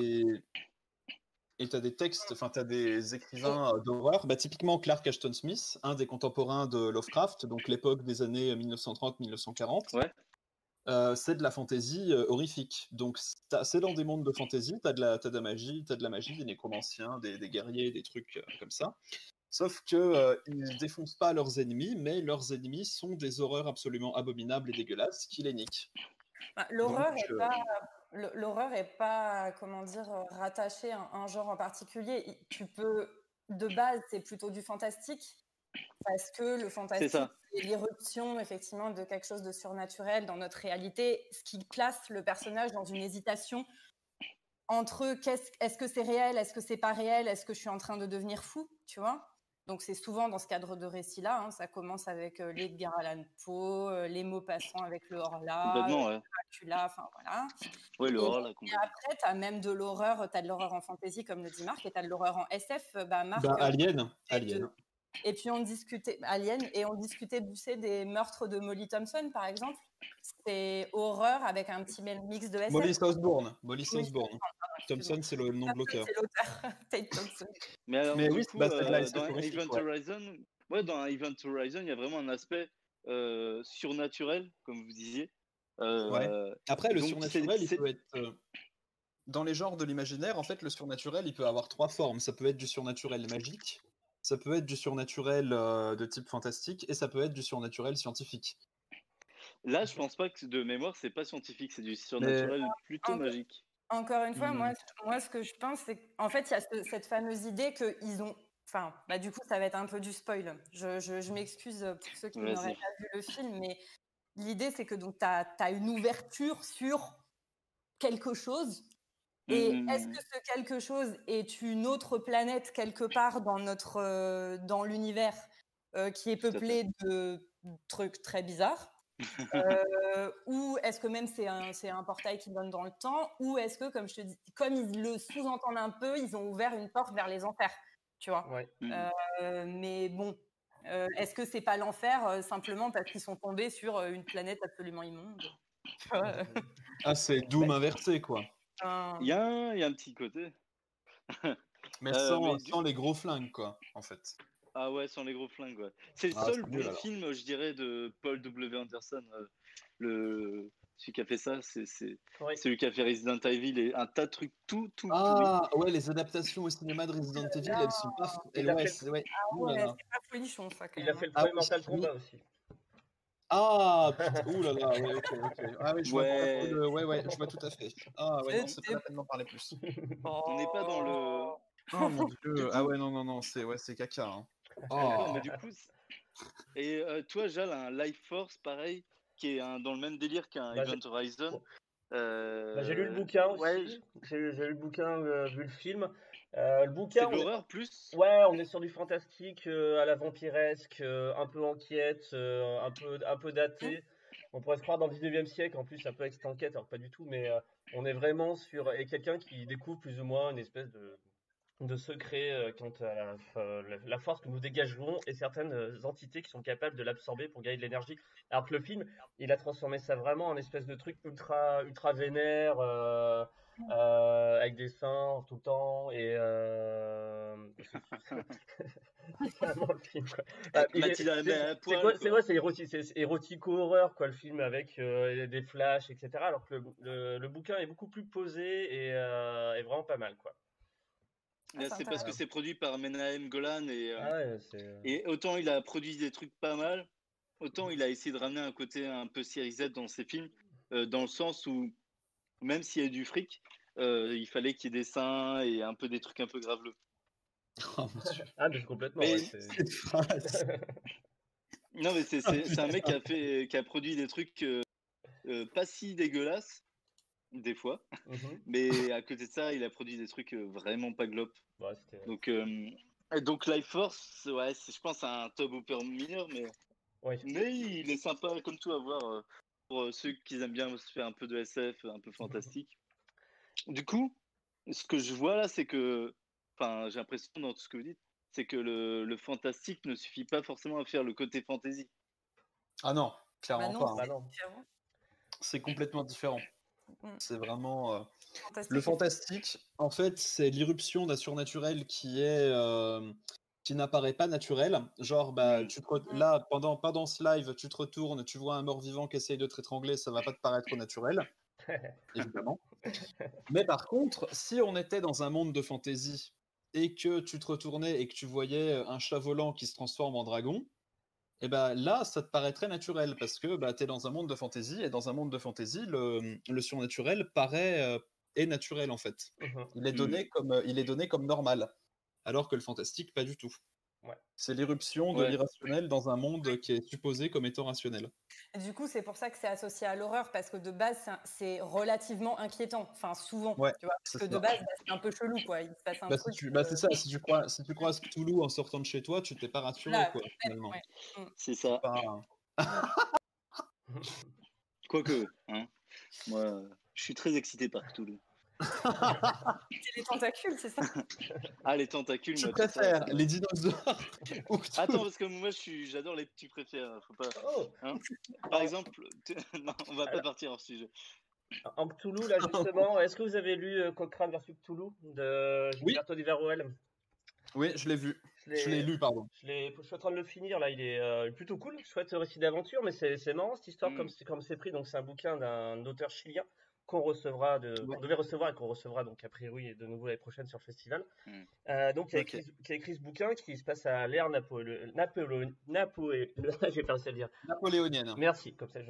des textes, enfin t'as des écrivains d'horreur. Typiquement Clark Ashton Smith, un des contemporains de Lovecraft, donc l'époque des années 1930-1940. Ouais. C'est de la fantasy horrifique. Donc c'est dans des mondes de fantasy, t'as de la magie, des nécromanciens, des guerriers, des trucs comme ça. Sauf que ils défoncent pas leurs ennemis, mais leurs ennemis sont des horreurs absolument abominables et dégueulasses qui les niquent. L'horreur est pas, comment dire, rattachée à un genre en particulier. Tu peux, de base, c'est plutôt du fantastique, parce que le fantastique, c'est l'irruption, effectivement, de quelque chose de surnaturel dans notre réalité, ce qui place le personnage dans une hésitation entre est-ce que c'est réel, est-ce que c'est pas réel, est-ce que je suis en train de devenir fou, tu vois? Donc c'est souvent dans ce cadre de récit-là, hein, ça commence avec l'Edgar Allan Poe, les Maupassant avec le Horla, Dracula, enfin voilà. Oui, le Horla. Et après, tu as même de l'horreur, tu as de l'horreur en fantasy comme le dit Marc, et tu as de l'horreur en SF. Alien. Et puis on discutait Alien et on discutait des meurtres de Molly Thompson par exemple. C'est horreur avec un petit mix de SF. Molly Osbourne. Thompson, c'est le nom de l'auteur. C'est l'auteur, Tate Thompson. Mais alors, Mais du oui, coup, bah, c'est de la dans horrifique, Event Horizon, dans Event Horizon, il y a vraiment un aspect surnaturel, comme vous disiez. Après, le donc, surnaturel, il peut être... Dans les genres de l'imaginaire, en fait, le surnaturel, il peut avoir 3 formes. Ça peut être du surnaturel magique, ça peut être du surnaturel de type fantastique, et ça peut être du surnaturel scientifique. Là, je pense pas que de mémoire, c'est pas scientifique, c'est du surnaturel plutôt magique. Encore une fois, moi, ce que je pense, c'est qu'en fait, il y a cette fameuse idée qu'ils ont... Enfin, du coup, ça va être un peu du spoil. Je m'excuse pour ceux qui n'auraient pas vu le film, mais l'idée, c'est que tu as une ouverture sur quelque chose. Et est-ce que ce quelque chose est une autre planète quelque part dans l'univers qui est peuplé de trucs très bizarres ou est-ce que même c'est un portail qui donne dans le temps, ou est-ce que, comme je te dis, comme ils le sous-entendent un peu, ils ont ouvert une porte vers les enfers, tu vois. Mais bon, est-ce que c'est pas l'enfer simplement parce qu'ils sont tombés sur une planète absolument immonde? C'est Doom inversé, quoi. Il y a un petit côté. Mais sans les gros flingues, quoi, en fait. Ah ouais, sans les gros flingues, ouais. C'est le seul bon film, je dirais, de Paul W. Anderson. Celui qui a fait ça, c'est celui qui a fait Resident Evil et un tas de trucs tout ouais, les adaptations au cinéma de Resident Evil, elles sont pas... c'est pas folichon, ça, quand même. Il a fait le premier Mortal Kombat aussi. Ah, putain, oulala, ouais, ok. Ah oui, je vois je vois tout à fait. Ah ouais, non, c'est pas la peine d'en parler plus. On n'est pas dans le... Oh mon dieu, ah ouais, non, c'est caca. Hein. D'accord, mais du coup... Et toi, Jal, un Life Force, pareil, qui est dans le même délire qu'un Event Horizon. J'ai lu le bouquin aussi. J'ai lu le bouquin, vu le film. Le bouquin, c'est de l'horreur plus. Ouais, on est sur du fantastique à la vampiresque, un peu enquête, un peu daté. On pourrait se croire dans le 19e siècle, en plus un peu ex-enquête, alors pas du tout, mais on est vraiment sur quelqu'un qui découvre plus ou moins une espèce de secret quant à la force que nous dégagerons et certaines entités qui sont capables de l'absorber pour gagner de l'énergie. Alors que le film, il a transformé ça vraiment en espèce de truc ultra vénère, avec des seins tout le temps et c'est vraiment le film, quoi. C'est érotico-horreur, quoi, le film, avec des flashs, etc. Alors que le bouquin est beaucoup plus posé et est vraiment pas mal, quoi. C'est parce que c'est produit par Menahem Golan et autant il a produit des trucs pas mal, autant il a essayé de ramener un côté un peu série Z dans ses films, dans le sens où même s'il y a du fric, il fallait qu'il y ait des seins et un peu des trucs un peu graveleux. Oh, monsieur. Mais complètement. Cette phrase. Non, mais c'est un mec qui a produit des trucs pas si dégueulasses des fois, mais à côté de ça, il a produit des trucs vraiment pas glop. Donc Life Force, je pense à un top hopper mineur, mais il est sympa comme tout à voir pour ceux qui aiment bien se faire un peu de SF, un peu fantastique. Du coup, ce que je vois là, c'est que, j'ai l'impression dans tout ce que vous dites, c'est que le fantastique ne suffit pas forcément à faire le côté fantasy. Ah non, clairement pas. Non. C'est complètement différent. C'est vraiment le fantastique. En fait, c'est l'irruption d'un surnaturel qui n'apparaît pas naturel. Genre, là, pendant ce live, tu te retournes, tu vois un mort-vivant qui essaye de te étrangler, ça va pas te paraître naturel, évidemment. Mais par contre, si on était dans un monde de fantasy et que tu te retournais et que tu voyais un chat volant qui se transforme en dragon, et là, ça te paraît très naturel parce que tu es dans un monde de fantasy et dans un monde de fantasy, le surnaturel est naturel en fait. Il est donné comme normal, alors que le fantastique, pas du tout. C'est l'irruption de l'irrationnel dans un monde qui est supposé comme étant rationnel. Et du coup, c'est pour ça que c'est associé à l'horreur, parce que de base, c'est relativement inquiétant. Enfin, souvent, tu vois, parce que de base, c'est un peu chelou, quoi. Il se passe un truc. C'est ça. Si tu croises Cthulhu en sortant de chez toi, tu t'es pas rassuré, quoi. Finalement. C'est ça. Quoique, hein. Moi, je suis très excité par Cthulhu. C'est les tentacules, c'est ça? Ah, les tentacules, Je moi, tout ça, préfère c'est- les dinosaures. ou Cthulhu. Attends, parce que moi, j'adore les petits préfères. Faut pas. Oh, Hein Par exemple, non, on va pas Alors- partir hors sujet. en Cthulhu, là, justement, est-ce que vous avez lu Cochrane versus Cthulhu de Oui. Gilberto Di Verroel? Oui, je l'ai vu. Je l'ai lu, pardon. Je suis en train de le finir, là, il est plutôt cool, chouette récit d'aventure, mais c'est marrant cette histoire comme c'est pris. Donc c'est un bouquin d'un auteur chilien qu'on devait recevoir et qu'on recevra donc a priori de nouveau l'année prochaine sur le festival. Donc qui a écrit ce bouquin qui se passe à l'ère j'ai pas réussi à le dire. Napoléonienne. Merci, comme ça je.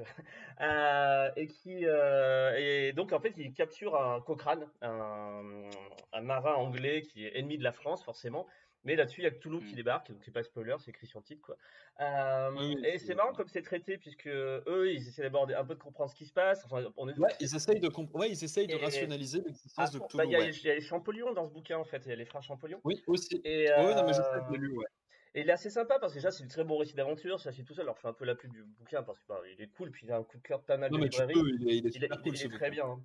Et donc en fait il capture un Cochrane, un marin anglais qui est ennemi de la France forcément. Mais là-dessus, il y a Cthulhu qui débarque, donc c'est pas spoiler, c'est écrit sur le titre, quoi. Et c'est marrant comme c'est traité, puisque eux, ils essaient d'aborder un peu de comprendre ce qui se passe. Enfin, ils essayent de rationaliser l'existence de Cthulhu. Il y a les Champollion dans ce bouquin, en fait, il y a les frères Champollion. Oui, aussi. Et, non, mais je sais, je l'ai lu, ouais. Et il est assez sympa parce que déjà, c'est du très bon récit d'aventure, ça c'est tout seul. Alors je fais un peu la pub du bouquin parce que il est cool, puis il a un coup de cœur de pas mal de librairies. Il est super cool, il est très bien. Hein.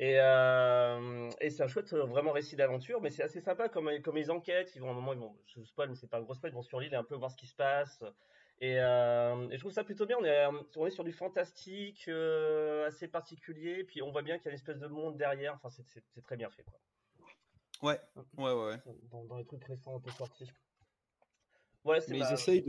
Et c'est un chouette vraiment récit d'aventure, mais c'est assez sympa comme ils enquêtent. Ils vont à un moment, je spoil, mais c'est pas un gros spoil, ils vont sur l'île et un peu voir ce qui se passe. Et je trouve ça plutôt bien. On est sur du fantastique assez particulier, puis on voit bien qu'il y a une espèce de monde derrière. Enfin, c'est très bien fait, quoi. Ouais. Dans les trucs récents un peu sortis. Ouais, mais ils essayent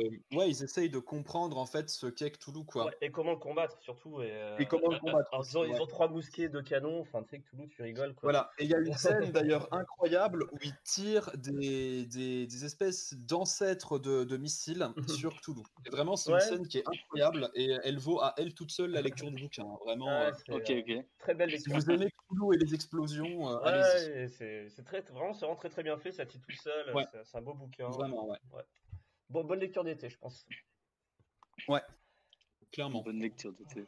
de comprendre en fait ce qu'est Cthulhu, quoi. Ouais, et comment le combattre surtout. Et comment le combattre. Ils ont 3 mousquets, 2 canons. Enfin, tu sais, Cthulhu, tu rigoles, quoi. Voilà. Et il y a une scène d'ailleurs incroyable où ils tirent des espèces d'ancêtres de missiles sur Cthulhu. Et vraiment, c'est une scène qui est incroyable et elle vaut à elle toute seule la lecture du bouquin. Vraiment. Ok. Très belle lecture. Si vous aimez Cthulhu et les explosions, allez-y. C'est vraiment très très bien fait. Ça tient tout seul. Ouais. C'est un beau bouquin. Vraiment, ouais. Bon, bonne lecture d'été, je pense. Ouais, clairement. Bonne lecture d'été.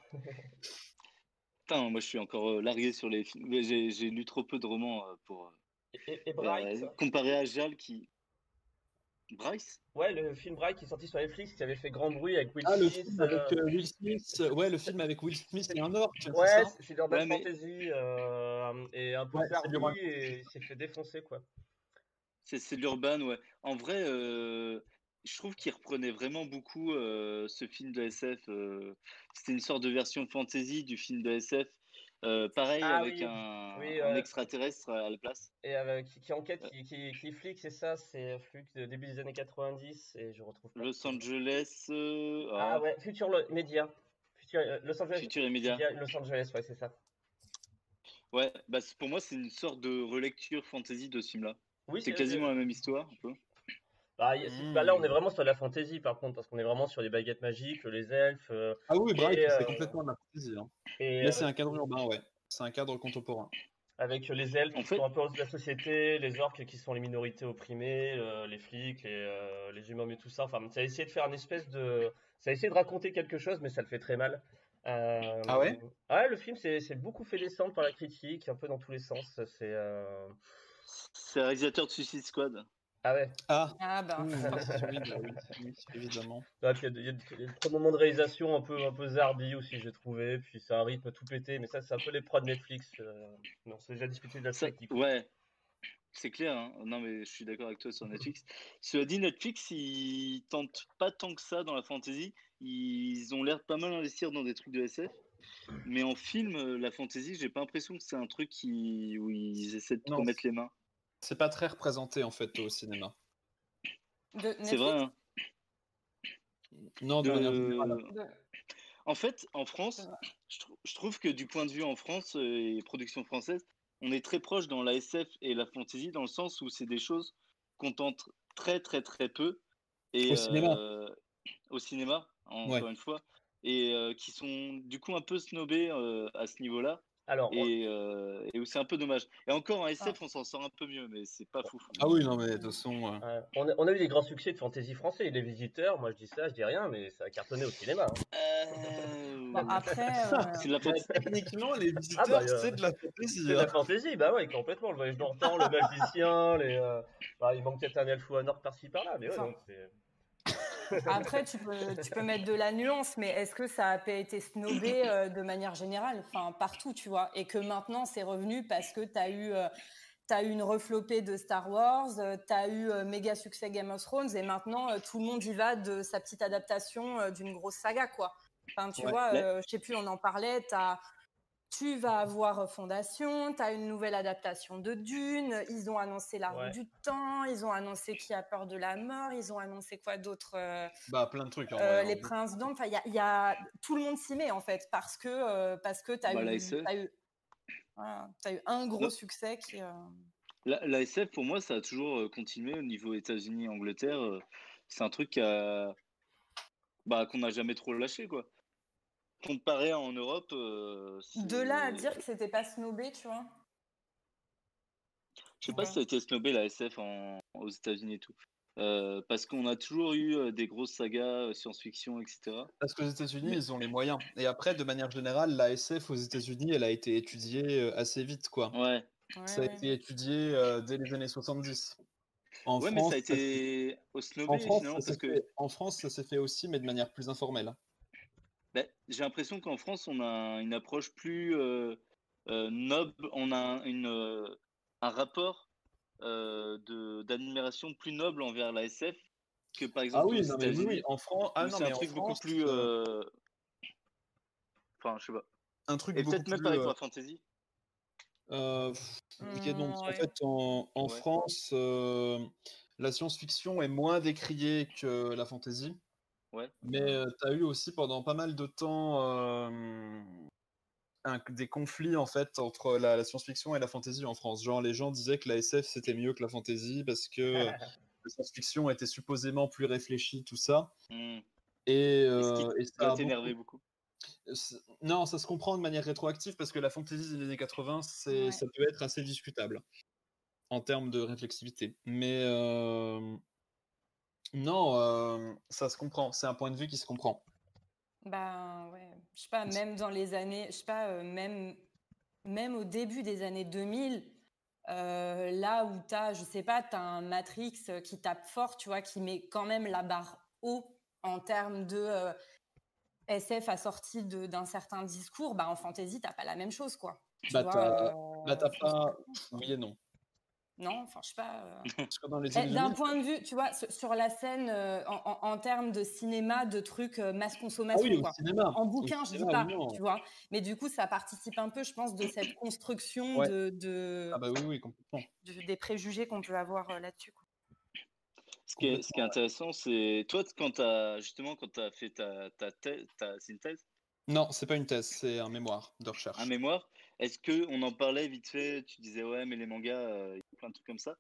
Putain, moi je suis encore largué sur les films. J'ai lu trop peu de romans pour. Et Bright. Comparé à Jal qui. Bryce? Ouais, le film Bright qui est sorti sur Netflix, qui avait fait grand bruit avec Will Smith. Le film avec Will Smith. Ouais, le film avec Will Smith et un orc. Ouais, c'est l'urban fantasy et un peu zarbi et il s'est fait défoncer, quoi. C'est de l'urban, ouais. En vrai, je trouve qu'il reprenait vraiment beaucoup ce film de SF. C'était une sorte de version fantasy du film de SF. Pareil, avec un extraterrestre à la place. Et qui enquête, qui est flic, c'est ça, c'est flic de début des années 90, et je retrouve pas. Los Angeles. Ouais, Future Media. Los Angeles. Future Media. Los Angeles, ouais, c'est ça. Ouais, bah pour moi, c'est une sorte de relecture fantasy de ce film-là. Oui, c'est quasiment la même histoire, un peu. Là, on est vraiment sur la fantasy, par contre, parce qu'on est vraiment sur les baguettes magiques, les elfes. Ah oui, Bright, c'est complètement de la fantasy. Hein. Mais c'est un cadre urbain, ouais. C'est un cadre contemporain. Avec les elfes qui sont un peu de la société, les orques qui sont les minorités opprimées, les flics, les humains, mais tout ça. Enfin, ça a essayé de faire une espèce de. Ça a essayé de raconter quelque chose, mais ça le fait très mal. Ah ouais? Ouais, le film c'est beaucoup fait descendre par la critique, un peu dans tous les sens. C'est le réalisateur de Suicide Squad. Ah ouais. Ah bah. Oui, évidemment. Ouais, puis il y a des moments de réalisation un peu zarbi aussi, j'ai trouvé. Puis c'est un rythme tout pété, mais ça c'est un peu les prods Netflix. On s'est déjà discuté de la technique. Ouais, c'est clair. Hein. Non mais je suis d'accord avec toi sur Netflix. Cela dit, Netflix ils tentent pas tant que ça dans la fantasy. Ils ont l'air de pas mal investir dans des trucs de SF. Mais en film, la fantasy, j'ai pas l'impression que c'est un truc où ils essaient de trop mettre les mains. C'est pas très représenté en fait au cinéma. C'est vrai. Hein. Non, de manière générale. En fait, en France, je trouve que du point de vue en France et production française, on est très proche dans la SF et la fantasy dans le sens où c'est des choses qu'on tente très très très peu. Et, au cinéma, encore une fois. Et qui sont du coup un peu snobés à ce niveau-là. Alors, et où c'est un peu dommage. Et encore en SF, on s'en sort un peu mieux, mais c'est pas fou. Ah oui, non, mais de toute façon. On a eu des grands succès de fantasy français. Les Visiteurs, moi je dis ça, je dis rien, mais ça a cartonné au cinéma. Hein. Bon, après. C'est de la fantasy. Techniquement, les Visiteurs, c'est de la fantasy. C'est de la fantasy, bah ouais, complètement. Le voyage dans le temps, le magicien, il manque peut-être un elfe ou un orc par-ci par-là, mais ouais, donc c'est. Après, tu peux mettre de la nuance, mais est-ce que ça a pas été snobé de manière générale, enfin partout, tu vois, et que maintenant c'est revenu parce que t'as eu une reflopée de Star Wars, t'as eu méga succès Game of Thrones, et maintenant tout le monde y va de sa petite adaptation d'une grosse saga, quoi. Enfin, tu vois, je sais plus, on en parlait, tu vas avoir Fondation, tu as une nouvelle adaptation de Dune, ils ont annoncé La Roue du Temps, ils ont annoncé Qui a peur de la mort, ils ont annoncé quoi d'autre Plein de trucs en vrai. Les Princes d'Ambre, enfin, tout le monde s'y met en fait, parce que tu as eu un gros succès qui... La SF, pour moi, ça a toujours continué au niveau États-Unis et Angleterre. C'est un truc qu'on n'a jamais trop lâché, quoi. Comparé en Europe, De là à dire que c'était pas snobé, tu vois. Je sais pas si ça a été snobé la SF aux États-Unis et tout. Parce qu'on a toujours eu des grosses sagas science-fiction, etc. Parce qu'aux États-Unis, ils ont les moyens. Et après, de manière générale, la SF aux États-Unis, elle a été étudiée assez vite, quoi. Ouais. Ça a été étudié dès les années 70. En ouais, France, mais ça a été au snobé finalement parce que en France, ça s'est fait aussi, mais de manière plus informelle. J'ai l'impression qu'en France, on a une approche plus noble, on a un rapport d'admiration plus noble envers la SF que par exemple aux États-Unis. En France, C'est un truc beaucoup plus. Enfin, je sais pas. Un truc Et beaucoup peut-être même plus, pareil pour la fantasy. compliqué. Donc, en fait, en France, la science-fiction est moins décriée que la fantasy. Ouais. Mais tu as eu aussi pendant pas mal de temps des conflits en fait entre la science-fiction et la fantasy en France. Genre, les gens disaient que la SF c'était mieux que la fantasy parce que la science-fiction était supposément plus réfléchie, tout ça. Et ça a t'énervé beaucoup. Non, ça se comprend de manière rétroactive parce que la fantasy des années 80, ça peut être assez discutable en termes de réflexivité. Mais non, ça se comprend. C'est un point de vue qui se comprend. Ben ouais, je sais pas, même dans les années, je sais pas, même au début des années 2000, là où je sais pas, t'as un Matrix qui tape fort, tu vois, qui met quand même la barre haut en termes de SF assorti d'un certain discours, bah en fantasy, t'as pas la même chose, quoi. T'as pas... Oui et non. Non, enfin, je sais pas. D'un point de vue, tu vois, sur la scène, en termes de cinéma, de trucs masse consommation, quoi. Cinéma. En bouquin, je dis pas, tu vois. Mais du coup, ça participe un peu, je pense, de cette construction complètement. Des préjugés qu'on peut avoir là-dessus, quoi. Ce qui est intéressant, c'est toi, quand tu as fait ta thèse, c'est une thèse? Non, c'est pas une thèse, c'est un mémoire de recherche. Un mémoire. Est-ce qu'on en parlait vite fait? Tu disais, ouais, mais les mangas, il y a plein de trucs comme ça.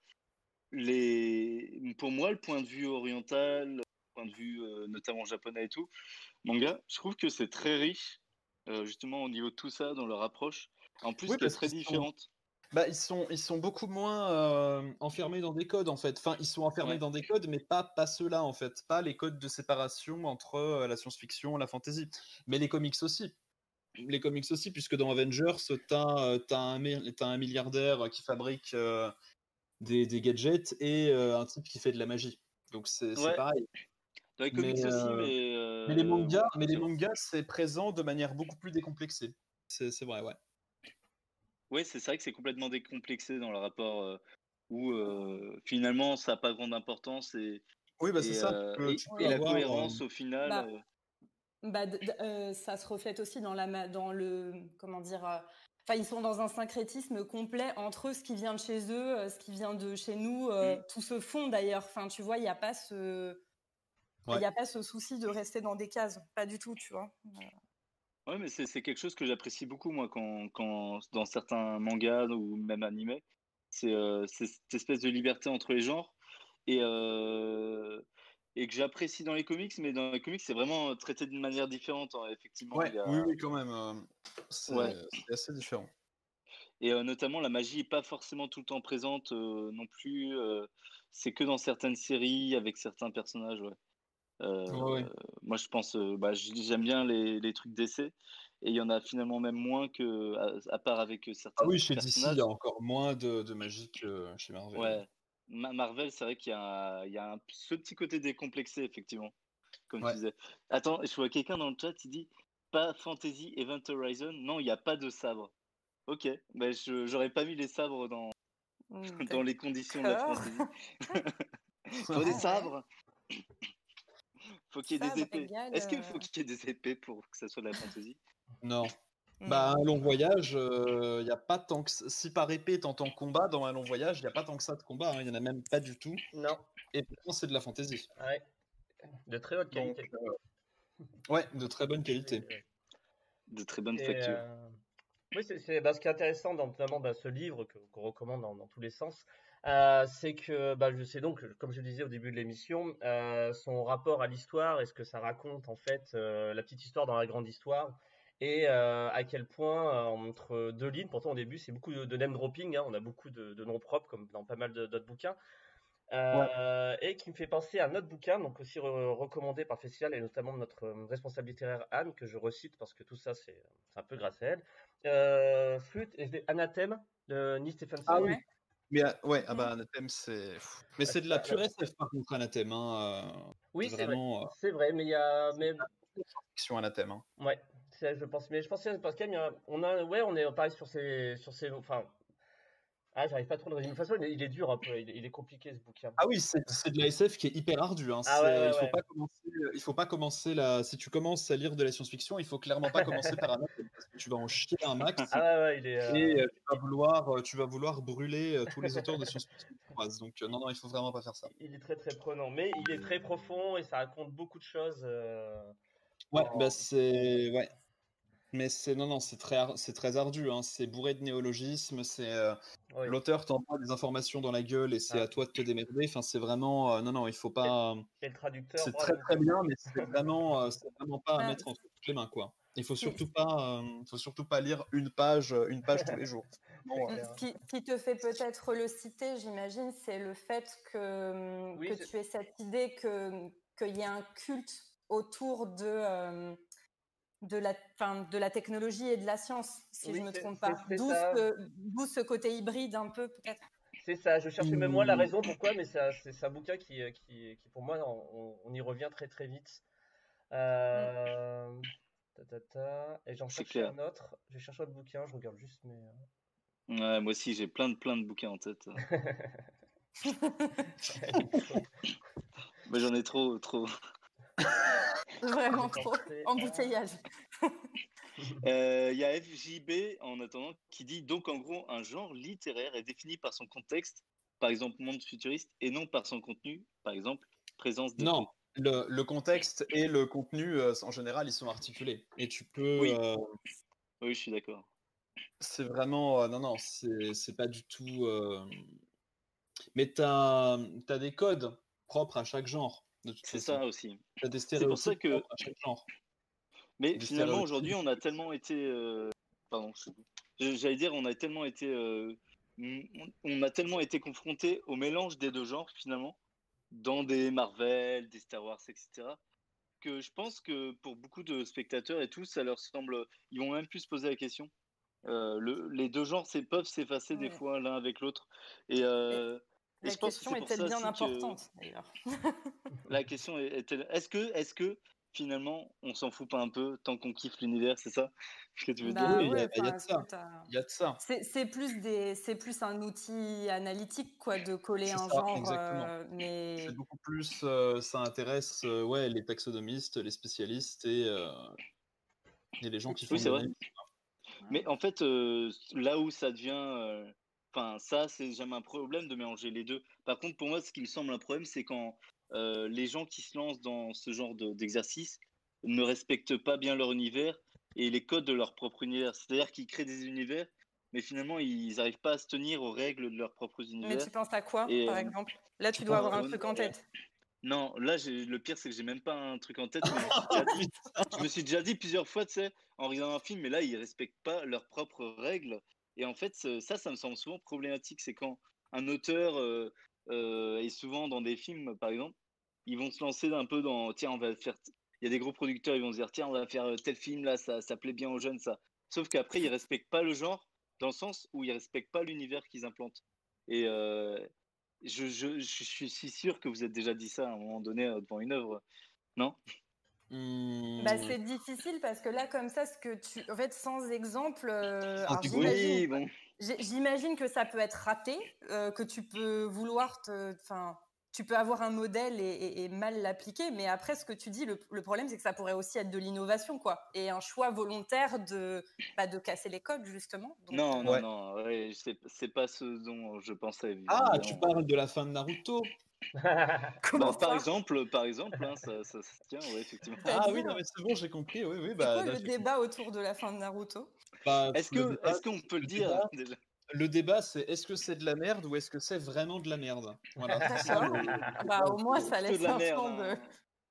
Pour moi, le point de vue oriental, le point de vue notamment japonais et tout, manga, je trouve que c'est très riche, justement au niveau de tout ça, dans leur approche. En plus, qui est très différente. Ils sont beaucoup moins enfermés dans des codes en fait. Enfin, ils sont enfermés dans des codes, mais pas ceux-là en fait. Pas les codes de séparation entre la science-fiction et la fantasy. Mais les comics aussi. Les comics aussi, puisque dans Avengers, t'as un milliardaire qui fabrique des gadgets et un type qui fait de la magie. Donc c'est pareil. Dans les comics aussi, mais les mangas, c'est présent de manière beaucoup plus décomplexée. C'est vrai, ouais. Oui, c'est vrai que c'est complètement décomplexé dans le rapport où finalement ça n'a pas grande importance et c'est ça. Et la cohérence au final. Ça se reflète aussi dans le comment dire. Enfin, ils sont dans un syncrétisme complet entre ce qui vient de chez eux, ce qui vient de chez nous. Tout se fond d'ailleurs. Enfin, tu vois, il n'y a pas ce souci de rester dans des cases. Pas du tout, tu vois. Ouais, mais c'est quelque chose que j'apprécie beaucoup, moi, quand dans certains mangas ou même animés. C'est cette espèce de liberté entre les genres et que j'apprécie dans les comics, mais dans les comics, c'est vraiment traité d'une manière différente, hein. Effectivement. Oui, quand même. C'est assez différent. Et notamment, la magie n'est pas forcément tout le temps présente non plus. C'est que dans certaines séries, avec certains personnages, Moi, je pense, j'aime bien les trucs d'essai, et il y en a finalement même moins à part avec certains chez personnages. DC, il y a encore moins de magie que chez Marvel. Ouais, Marvel, c'est vrai qu'il y a ce petit côté décomplexé, effectivement. comme Ouais. tu disais. Attends, je vois quelqu'un dans le chat, il dit pas Fantasy Event Horizon. Non, il n'y a pas de sabre. Ok, bah, j'aurais pas mis les sabres dans les conditions de la D'accord. fantasy. Faut des Ah ouais. sabres, faut qu'il y ait des Sabre épées. égale. Est-ce qu'il faut qu'il y ait des épées pour que ça soit de la fantasy? Non. Non. Bah, un long voyage, il y a pas tant que si par épée t'entends combat dans un long voyage, il y a pas tant que ça de combat, il y en a même pas du tout. Non. Et pourtant c'est de la fantaisie. Ouais. De très haute Donc, qualité. ouais, de très bonne qualité. Ouais. De très bonne Et, facture. oui, ce qui est intéressant dans notamment ce livre qu'on recommande dans tous les sens, c'est que je sais donc, comme je disais au début de l'émission, son rapport à l'histoire et ce que ça raconte en fait, la petite histoire dans la grande histoire, et à quel point entre deux lignes, pourtant au début c'est beaucoup de name dropping, hein, on a beaucoup de noms propres comme dans pas mal d'autres bouquins. Et qui me fait penser à un autre bouquin, donc aussi recommandé par le festival et notamment notre responsable littéraire Anne, que je recite parce que tout ça c'est un peu grâce à elle. Flûte et Anathème de Neil Stephenson. Ah oui. Ouais. Mais ouais, Anathème, c'est. Mais c'est de la pure SF par contre, Anathème. Oui, c'est c'est vrai. vraiment. C'est vrai, mais il y a. Mais... Fiction Anathème. Hein. Ouais, je pense. Mais je pense parce qu'il y a. On est pareil sur ces. Enfin. Ah, j'arrive pas trop à le résumer. De toute façon, il est dur un peu. Il est compliqué ce bouquin. Ah oui, c'est de la SF qui est hyper ardue. Hein. Ah ouais. Il faut pas commencer si tu commences à lire de la science-fiction, il faut clairement pas commencer par Anathème parce que tu vas en chier un max. Ah ouais, il est. Et tu vas vouloir brûler tous les auteurs de science-fiction que tu croises. Donc non, il faut vraiment pas faire ça. Il est très très prenant, mais il est très profond et ça raconte beaucoup de choses. Ouais, c'est ouais. Mais c'est c'est très ardu. Hein. C'est bourré de néologismes. C'est Oui. l'auteur t'envoie des informations dans la gueule et c'est à toi de te démerder. Enfin, c'est vraiment non, il faut pas. Et le traducteur. C'est très très bien, mais c'est vraiment pas à mettre entre toutes les mains, quoi. Il faut surtout pas lire une page tous les jours. Bon, ce qui te fait peut-être le citer, j'imagine, c'est le fait que tu aies cette idée qu'il y ait un culte autour de la technologie et de la science, si je ne me trompe pas. D'où ce côté hybride un peu, peut-être. C'est ça, je cherchais même moi la raison pourquoi, mais c'est un bouquin qui pour moi, on y revient très très vite. Et j'en cherchais un autre. J'ai cherché un autre bouquin, je regarde juste mes. Ouais, moi aussi, j'ai plein de bouquins en tête. Mais j'en ai trop. Vraiment trop. Embouteillage. Il y a FJB, en attendant, qui dit donc en gros, un genre littéraire est défini par son contexte, par exemple monde futuriste, et non par son contenu, par exemple présence de. Non, le contexte et le contenu, en général, ils sont articulés. Et tu peux. Oui, je suis d'accord. C'est vraiment. Non, c'est pas du tout. Mais t'as des codes propres à chaque genre. C'est ça aussi. T'as des stéréotypes propres à chaque genre. Mais finalement, aujourd'hui, on a tellement été. Pardon, j'allais dire, on a tellement été. On a tellement été confronté au mélange des deux genres, finalement, dans des Marvel, des Star Wars, etc., que je pense que pour beaucoup de spectateurs et tout, ça leur semble. Ils vont même plus se poser la question. Les deux genres peuvent s'effacer des fois l'un avec l'autre. Et la question est-elle bien importante, d'ailleurs? La question est-elle. Est-ce que finalement, on s'en fout pas un peu tant qu'on kiffe l'univers, c'est ça ce que tu veux dire? Oui, il y a de ça. Il y a de ça. C'est plus un outil analytique, quoi, de coller un genre. Exactement. Mais c'est beaucoup plus. Ça intéresse les taxonomistes, les spécialistes et les gens qui font. Oui, c'est vrai. Mais en fait, là où ça devient. Enfin, ça, c'est jamais un problème de mélanger les deux. Par contre, pour moi, ce qui me semble un problème, c'est quand les gens qui se lancent dans ce genre d'exercice ne respectent pas bien leur univers et les codes de leur propre univers. C'est-à-dire qu'ils créent des univers, mais finalement, ils n'arrivent pas à se tenir aux règles de leurs propres univers. Mais tu penses à quoi, par exemple? Là, tu dois avoir un truc en tête. Non, là, le pire, c'est que j'ai même pas un truc en tête. Mais je me suis déjà dit plusieurs fois, tu sais, en regardant un film, mais là, ils respectent pas leurs propres règles. Et en fait, ça me semble souvent problématique. C'est quand un auteur est souvent dans des films, par exemple, ils vont se lancer un peu dans, tiens, on va faire. Il y a des gros producteurs, ils vont se dire, tiens, on va faire tel film là, ça plaît bien aux jeunes, ça. Sauf qu'après, ils respectent pas le genre, dans le sens où ils respectent pas l'univers qu'ils implantent. Et je suis si sûr que vous êtes déjà dit ça à un moment donné devant une œuvre. Non? Bah, c'est difficile parce que là, comme ça, en fait, sans exemple, alors Oui, bon. j'imagine que ça peut être raté, que tu peux vouloir tu peux avoir un modèle et mal l'appliquer, mais après, ce que tu dis, le problème, c'est que ça pourrait aussi être de l'innovation, quoi, et un choix volontaire de casser les codes, justement. Donc, Non, Ouais. ouais, c'est pas ce dont je pensais. Ah, tu Évidemment. parles de la fin de Naruto. comment Par ça exemple, hein, ça se tient, ouais, effectivement. Ah oui, C'est-à-dire, non, mais c'est bon, j'ai compris. Oui, c'est bah, quoi là, le débat autour de la fin de Naruto? bah, Est-ce qu'on peut le dire déjà? le débat, c'est est-ce que c'est de la merde ou est-ce que c'est vraiment de la merde? Voilà, c'est ça D'accord. Bah, au moins, ça Plutôt de laisse la un merde. temps de... Hein.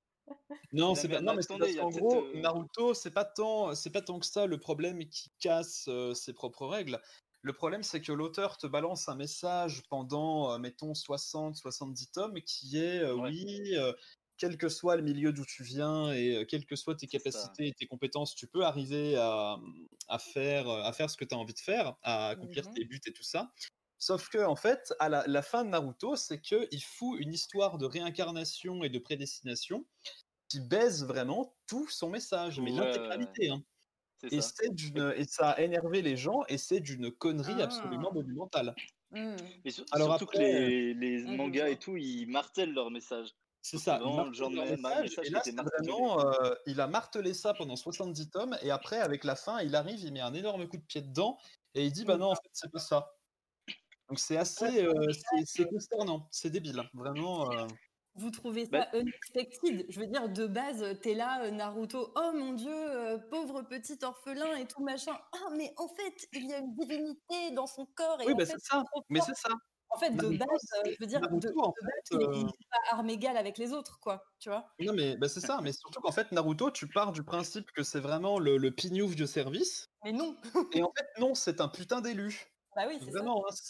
Non, De la c'est pas. merde. Non, Mais mais c'est attendez, parce il y a qu'en peut-être. gros, Naruto, c'est pas tant que ça le problème qui casse ses propres règles. Le problème, c'est que l'auteur te balance un message pendant, mettons, 60, 70 tomes qui est, Ouais, oui, quel que soit le milieu d'où tu viens et quelles que soient tes c'est ça. capacités et tes compétences, tu peux arriver à faire ce que tu as envie de faire, à accomplir tes buts et tout ça. Sauf que, en fait, à la fin de Naruto, c'est qu'il fout une histoire de réincarnation et de prédestination qui baise vraiment tout son message, mais Ouais, l'intégralité. Hein. c'est Et, ça. et ça a énervé les gens, et c'est d'une connerie absolument Ah. monumentale. Mais Alors surtout que après, les je mangas vois. et tout, ils martèlent leur message. c'est C'est ça, ils vraiment le genre martèlent de leur message, message et qui là, était c'est martelé. vraiment, il a martelé ça pendant 70 tomes, et après, avec la fin, il arrive, il met un énorme coup de pied dedans, et il dit, bah non, en fait, c'est pas ça. Donc c'est assez, c'est consternant, c'est débile, vraiment. Vous trouvez Bah, ça unexpected? Je veux dire, de base, t'es là, Naruto, oh mon Dieu, pauvre petit orphelin et tout machin. Ah, mais en fait, il y a une divinité dans son corps et Oui, en bah fait, c'est ça, trop mais fort. c'est ça. En fait, de base, Naruto, je veux dire, Naruto, en de base, fait, il est pas à armes égales avec les autres, quoi, tu vois? non, mais bah, c'est ça, mais surtout qu'en fait, Naruto, tu pars du principe que c'est vraiment le pignouf du service, Mais non. et en fait, non, c'est un putain d'élu. Bah oui, c'est ça. Vraiment, hein,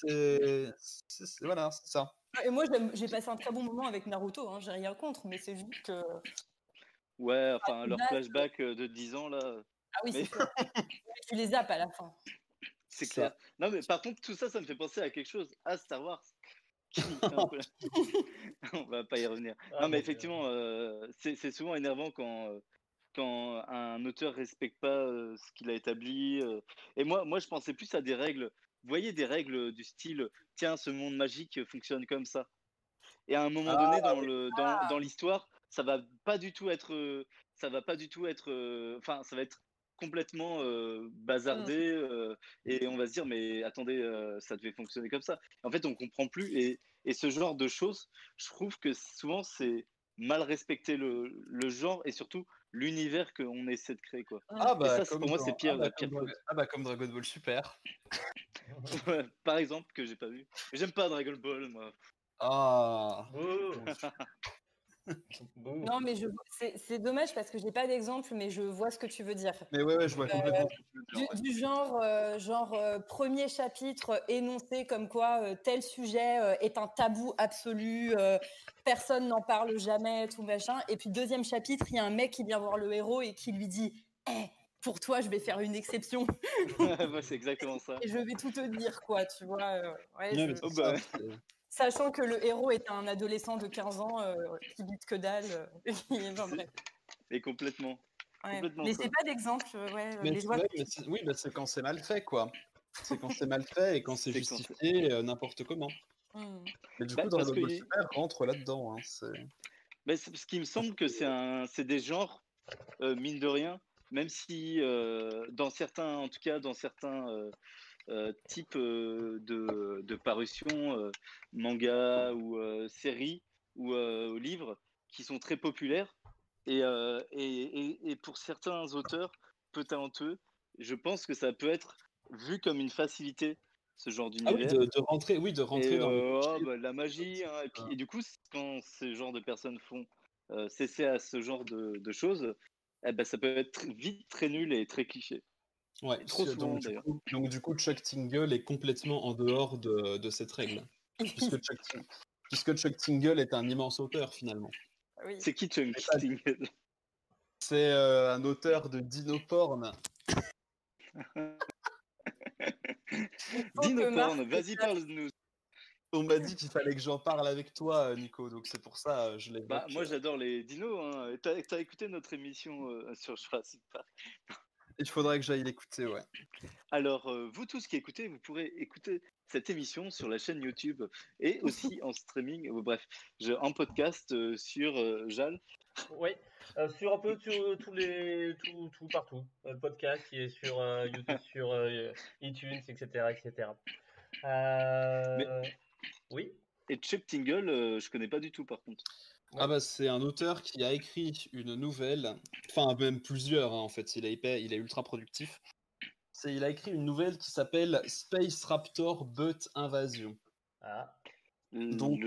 voilà, c'est ça. Et moi, j'ai passé un très bon moment avec Naruto, hein, j'ai rien contre, mais c'est juste que ouais, enfin, de leur base, flashback de 10 ans, là. ah oui, c'est Mais sûr. Tu les zappes à la fin. c'est Ça. clair. Non, mais par contre, tout ça, ça me fait penser à quelque chose, à Star Wars. Qui fait un peu On va pas y revenir. Ah, Non, mais mon Dieu. effectivement, c'est souvent énervant quand un auteur respecte pas ce qu'il a établi. Et moi, je pensais plus à des règles. Vous voyez, des règles du style, tiens, ce monde magique fonctionne comme ça. Et à un moment Ah, donné, dans l'histoire, ça va pas du tout être, enfin, ça va être complètement Mm. bazardé et on va se dire, mais attendez, ça devait fonctionner comme ça. En fait, on comprend plus et ce genre de choses, je trouve que souvent c'est mal respecter le genre et surtout l'univers qu'on essaie de créer, quoi. Mm. Et ça, pour moi, c'est la pire faute. comme Dragon Ball Super. Ouais, par exemple, que j'ai pas vu. Mais j'aime pas Dragon Ball, moi. Ah. Bouh. Bouh. Non, mais c'est dommage parce que j'ai pas d'exemple, mais je vois ce que tu veux dire. Mais ouais, je vois complètement ce que tu veux dire. Ouais. Du genre, premier chapitre énoncé comme quoi tel sujet est un tabou absolu, personne n'en parle jamais, tout machin. Et puis deuxième chapitre, il y a un mec qui vient voir le héros et qui lui dit pour toi, je vais faire une exception Ouais, c'est exactement ça. et je vais tout te dire, quoi, tu vois. Ouais, Ouais, mais c'est Oh, ça, bah, sachant que le héros est un adolescent de 15 ans qui bite que dalle. Enfin, bref. et complètement. Ouais. Complètement Mais ça. c'est pas d'exemple, ouais, mais, mais je vois ouais, mais oui, bah, c'est quand c'est mal fait, quoi. C'est quand c'est mal fait et quand c'est C'est quand justifié n'importe comment. Hmm. Mais du Bah, coup, parce Dragon que Ball Super rentre là-dedans. Hein, parce qu'il me semble que c'est des genres, mine de rien, même si dans certains, en tout cas dans certains types de parutions, manga ou séries ou livres qui sont très populaires et pour certains auteurs peu talentueux, je pense que ça peut être vu comme une facilité, ce genre Ah oui, d'univers. de Et rentrer dans le oh, cliché. bah, la magie, hein. Et du coup, quand ce genre de personnes font cesser à ce genre de choses, eh ben, ça peut être vite très nul et très cliché. Ouais, Et trop souvent d'ailleurs. donc du coup, Chuck Tingle est complètement en dehors de cette règle. Puisque Chuck Tingle est un immense auteur, finalement. Oui. C'est qui Chunky ça, Tingle? C'est un auteur de dino-porn. Il faut que Dino Marc Porn, vas-y, parle-nous. On m'a dit qu'il fallait que j'en parle avec toi, Nico, donc c'est pour ça je l'évoque. Bah, moi, j'adore les dinos. Hein. T'as écouté notre émission sur Jurassic Park? Il faudrait que j'aille l'écouter, ouais. Alors, vous tous qui écoutez, vous pourrez écouter cette émission sur la chaîne YouTube et aussi en streaming, bref, en podcast sur JAL. Oui, sur un peu tout partout. Le podcast qui est sur YouTube, sur iTunes, etc., etc. Oui. Et Chuck Tingle, je connais pas du tout par contre. Ah bah c'est un auteur qui a écrit une nouvelle, enfin même plusieurs en fait, il est ultra productif. Il a écrit une nouvelle qui s'appelle Space Raptor Butt Invasion. Ah. Donc,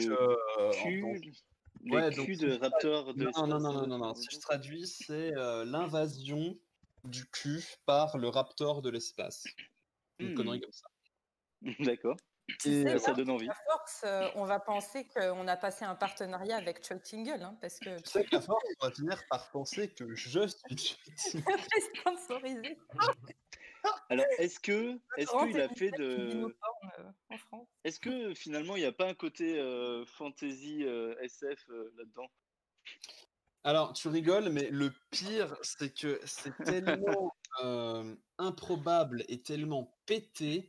les culs de Raptor de l'espace. Non. Si je traduis, c'est l'invasion du cul par le Raptor de l'espace. Une connerie comme ça. D'accord. Et ça donne envie. À force, on va penser qu'on a passé un partenariat avec Chuck Tingle, hein, parce que. Tu sais qu'à force, on va finir par penser que je suis sponsorisé. Alors, est-ce qu'il a fait de en France. Est-ce que finalement il n'y a pas un côté fantasy SF là-dedans? Alors, tu rigoles, mais le pire, c'est que c'est tellement improbable et tellement pété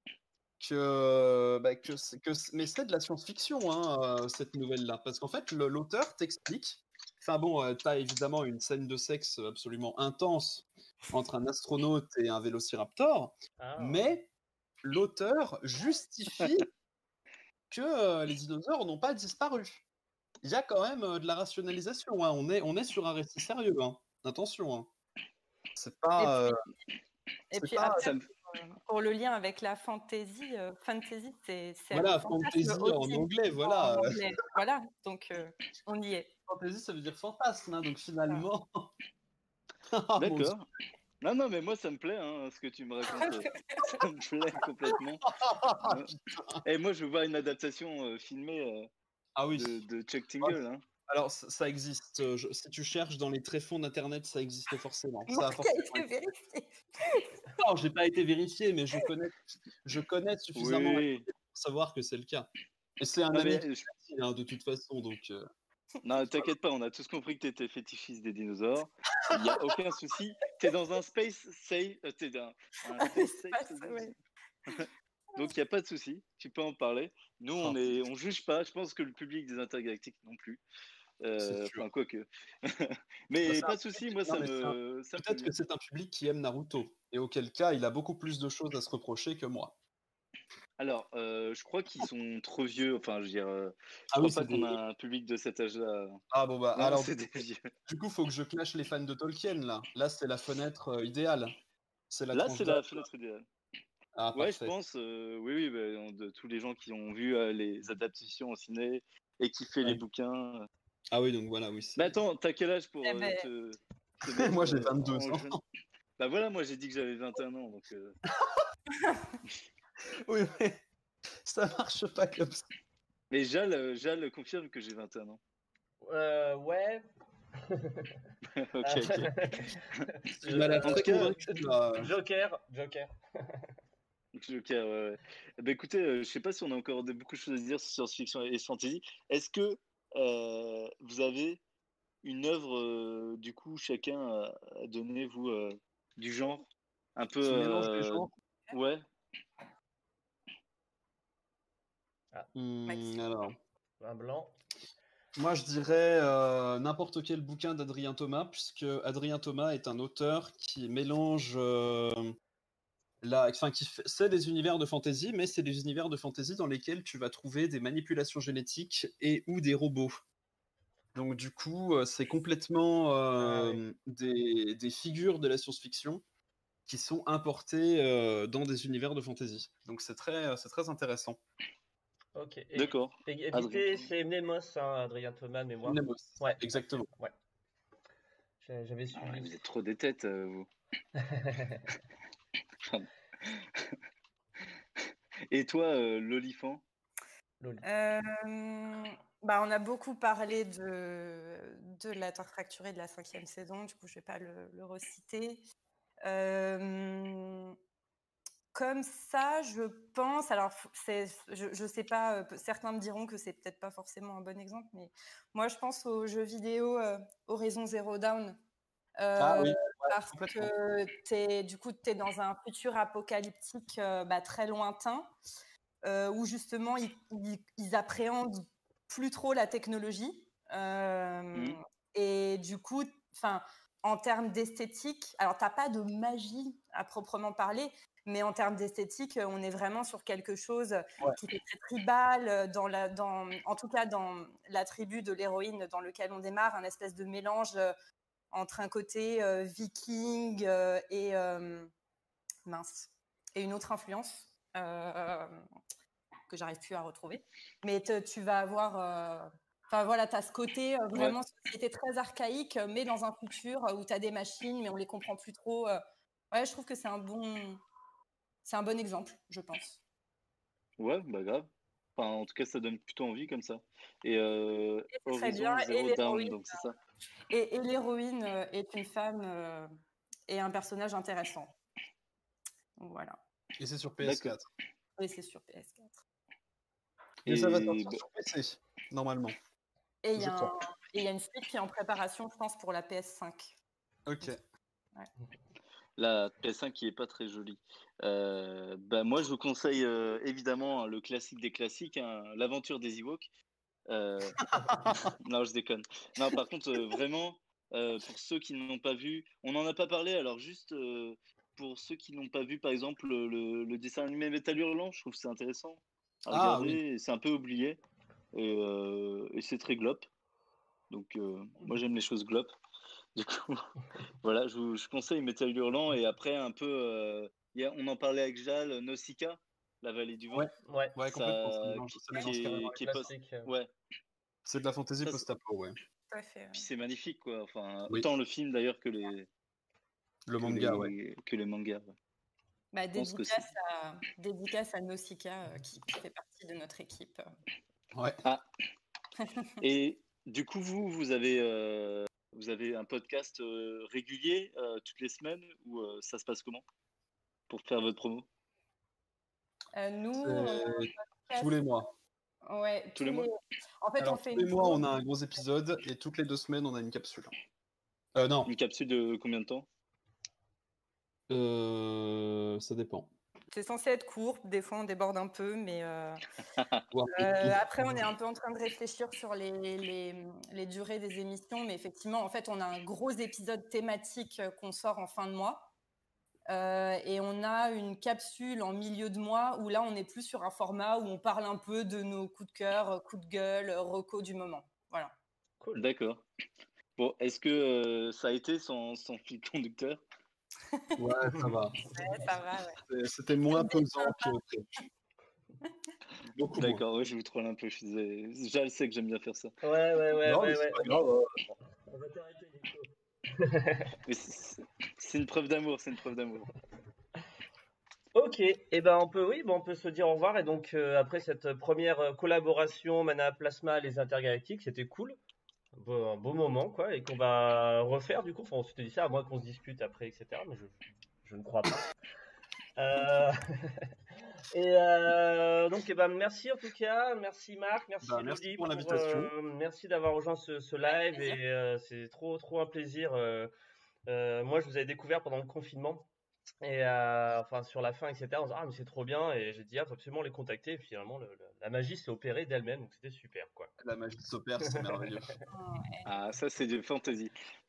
mais c'est de la science-fiction, hein, cette nouvelle-là. Parce qu'en fait, l'auteur t'explique. Enfin bon, t'as évidemment une scène de sexe absolument intense entre un astronaute et un vélociraptor, mais l'auteur justifie que les dinosaures n'ont pas disparu. Il y a quand même de la rationalisation. Hein. On est sur un récit sérieux. Hein. Attention. Hein. C'est pas. Et puis après, pour le lien avec la fantasy, c'est voilà, fantasy en anglais, voilà. En anglais, voilà, donc on y est. Fantasy, ça veut dire fantasme, hein, donc finalement. D'accord. Non, mais moi ça me plaît, hein, ce que tu me racontes. Ça me plaît complètement. Et moi, je veux voir une adaptation filmée de Chuck Tingle. Hein. Alors, ça existe. Si tu cherches dans les tréfonds d'Internet, ça existe forcément. Ça a été vérifié. Non, j'ai pas été vérifié, mais je connais suffisamment pour savoir que c'est le cas. Et c'est un ami de toute façon, donc... Non, t'inquiète pas, on a tous compris que t'étais fétichiste des dinosaures. Il n'y a aucun souci. T'es dans un space safe. T'es dans un space safe. Donc, il n'y a pas de souci. Tu peux en parler. Nous, on juge pas. Je pense que le public des Intergalactiques non plus. Enfin, quoique. Mais pas de souci, moi, ça me. Peut-être que c'est un public qui aime Naruto. Et auquel cas, il a beaucoup plus de choses à se reprocher que moi. Alors, je crois qu'ils sont trop vieux. Enfin, je veux dire, je crois pas qu'on a un public de cet âge-là. Ah bon, bah, non, alors, c'est des vieux. Du coup, il faut que je clash les fans de Tolkien, là. Là, c'est la fenêtre idéale. C'est la fenêtre idéale. Ah, ouais, parfait. je pense, oui, de tous les gens qui ont vu les adaptations au ciné et qui fait les bouquins. Ah oui, donc voilà, oui. Mais attends, t'as quel âge pour te moi, j'ai 22 ans. Bah voilà, moi, j'ai dit que j'avais 21 ans, donc... oui, mais ça marche pas comme ça. Mais Jal confirme que j'ai 21 ans. Ouais. ok. En tout cas, Joker. Joker, ouais. Bah écoutez, je sais pas si on a encore beaucoup de choses à dire sur science-fiction et fantasy. Est-ce que vous avez une œuvre, du coup, chacun à donner, vous, du genre un peu... mélange des genres. Ouais. Alors... Un blanc. Moi, je dirais n'importe quel bouquin d'Adrien Thomas, puisque Adrien Thomas est un auteur qui mélange... c'est des univers de fantasy, mais c'est des univers de fantasy dans lesquels tu vas trouver des manipulations génétiques et ou des robots. Donc du coup, c'est complètement des figures de la science-fiction qui sont importées dans des univers de fantasy. Donc c'est très intéressant. Ok. D'accord. Édité chez Nemos, Adrien Thomas, de mémoire. Nemos, ouais. Exactement. Ouais. J'avais suivi. Ah, vous êtes trop des têtes, vous. Et toi, l'olifant? On a beaucoup parlé de la Terre fracturée de la 5e saison, du coup je ne vais pas le reciter. comme ça, je pense. Alors, je sais pas. Certains me diront que c'est peut-être pas forcément un bon exemple, mais moi, je pense au jeu vidéo Horizon Zero Dawn. Oui, Parce que t'es dans un futur apocalyptique très lointain, où justement ils appréhendent plus trop la technologie. Et du coup, en termes d'esthétique, alors t'as pas de magie à proprement parler, mais en termes d'esthétique, on est vraiment sur quelque chose qui est très tribal, en tout cas dans la tribu de l'héroïne dans lequel on démarre, un espèce de mélange entre un côté viking et une autre influence que j'arrive plus à retrouver. Mais tu vas avoir... voilà, tu as ce côté vraiment société très archaïque, mais dans un futur où tu as des machines, mais on les comprend plus trop. Ouais, je trouve que c'est un bon exemple, je pense. Ouais, bah grave. Enfin, en tout cas, ça donne plutôt envie comme ça. Et Horizon bien. Zero Dawn, donc c'est ça. Et l'héroïne est une femme et un personnage intéressant. Donc, voilà. Et c'est sur PS4. Oui, c'est sur PS4. Et ça va sortir sur PC, normalement. Et il y a une suite qui est en préparation, je pense, pour la PS5. Ok. Ouais. La PS5 qui est pas très jolie. Moi, je vous conseille évidemment le classique des classiques, l'aventure des Ewoks. Non, je déconne. Non, par contre, vraiment, pour ceux qui n'ont pas vu, on n'en a pas parlé. Alors juste pour ceux qui n'ont pas vu, par exemple, le dessin animé Métal Hurlant, je trouve que c'est intéressant à regarder. Et c'est un peu oublié et c'est très glop. Donc moi j'aime les choses glop. Du coup, voilà, je conseille Métal Hurlant et après un peu, on en parlait avec Jal, Nausicaa, la vallée du vent. Ouais, complètement. Ouais. C'est de la fantaisie post-apo, ouais. Tout à fait. Puis c'est magnifique, quoi. Enfin, autant le film d'ailleurs que le manga, que les mangas. Ouais. Dédicace à Nausicaa qui fait partie de notre équipe. Ouais. Ah. Et du coup, vous avez un podcast régulier toutes les semaines ou ça se passe comment pour faire votre promo? Nous, tous les mois. Ouais, tous les mois. En fait, on fait tous les mois, on a un gros épisode et toutes les 2 semaines, on a une capsule. Non. Une capsule de combien de temps? Ça dépend. C'est censé être court, des fois on déborde un peu, mais après on est un peu en train de réfléchir sur les durées des émissions, mais effectivement, en fait, on a un gros épisode thématique qu'on sort en fin de mois. Et on a une capsule en milieu de mois où là on est plus sur un format où on parle un peu de nos coups de cœur, coups de gueule, recos du moment. Voilà. Cool. D'accord. Bon, est-ce que ça a été sans fil conducteur? Ouais, ça va. Ouais, ça va, ouais. C'était moins pesant que prévu. Beaucoup moins. D'accord, ouais, je vous troll un peu, je suis désolé. Je sais que j'aime bien faire ça. Ouais. C'est pas grave. On va t'arrêter, Nico. Mais c'est une preuve d'amour, c'est une preuve d'amour. Ok, et ben on peut se dire au revoir. Et donc après cette première collaboration Mana Plasma les Intergalactiques, c'était cool, un beau moment quoi, et qu'on va refaire du coup. Enfin, on s'était dit ça, à moins qu'on se discute après, etc. Mais je ne crois pas. Donc merci en tout cas, merci Marc, merci Elodie merci pour l'invitation. Merci d'avoir rejoint ce live et c'est trop un plaisir. Moi je vous avais découvert pendant le confinement. Et sur la fin, etc., on se dit, ah, mais c'est trop bien. Et j'ai dit, faut absolument les contacter. Et finalement, la magie s'est opérée d'elle-même. Donc, c'était super, quoi. La magie s'opère, c'est merveilleux. Ah, ça, c'est de fantaisie.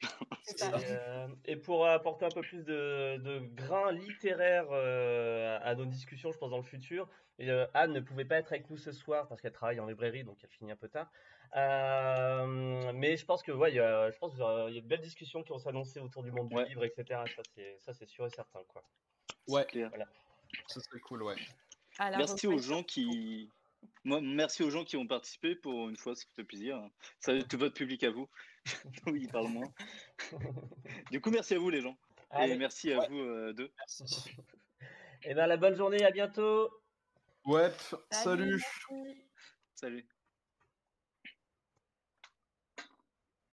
Et pour apporter un peu plus de grain littéraire à nos discussions, je pense, dans le futur, Anne ne pouvait pas être avec nous ce soir parce qu'elle travaille en librairie, donc elle finit un peu tard. Mais je pense que il y a de belles discussions qui vont s'annoncer autour du monde du livre, etc. Ça c'est sûr et certain, quoi. Ouais, clair. Voilà. Ça serait cool, ouais. Merci aux gens qui ont participé pour une fois, ça fait plaisir. Ça, tout votre public à vous. Oui, il parle moins. Du coup, merci à vous les gens. Allez. Et merci à vous deux. Merci. Et la bonne journée, à bientôt. Ouais, salut. Salut.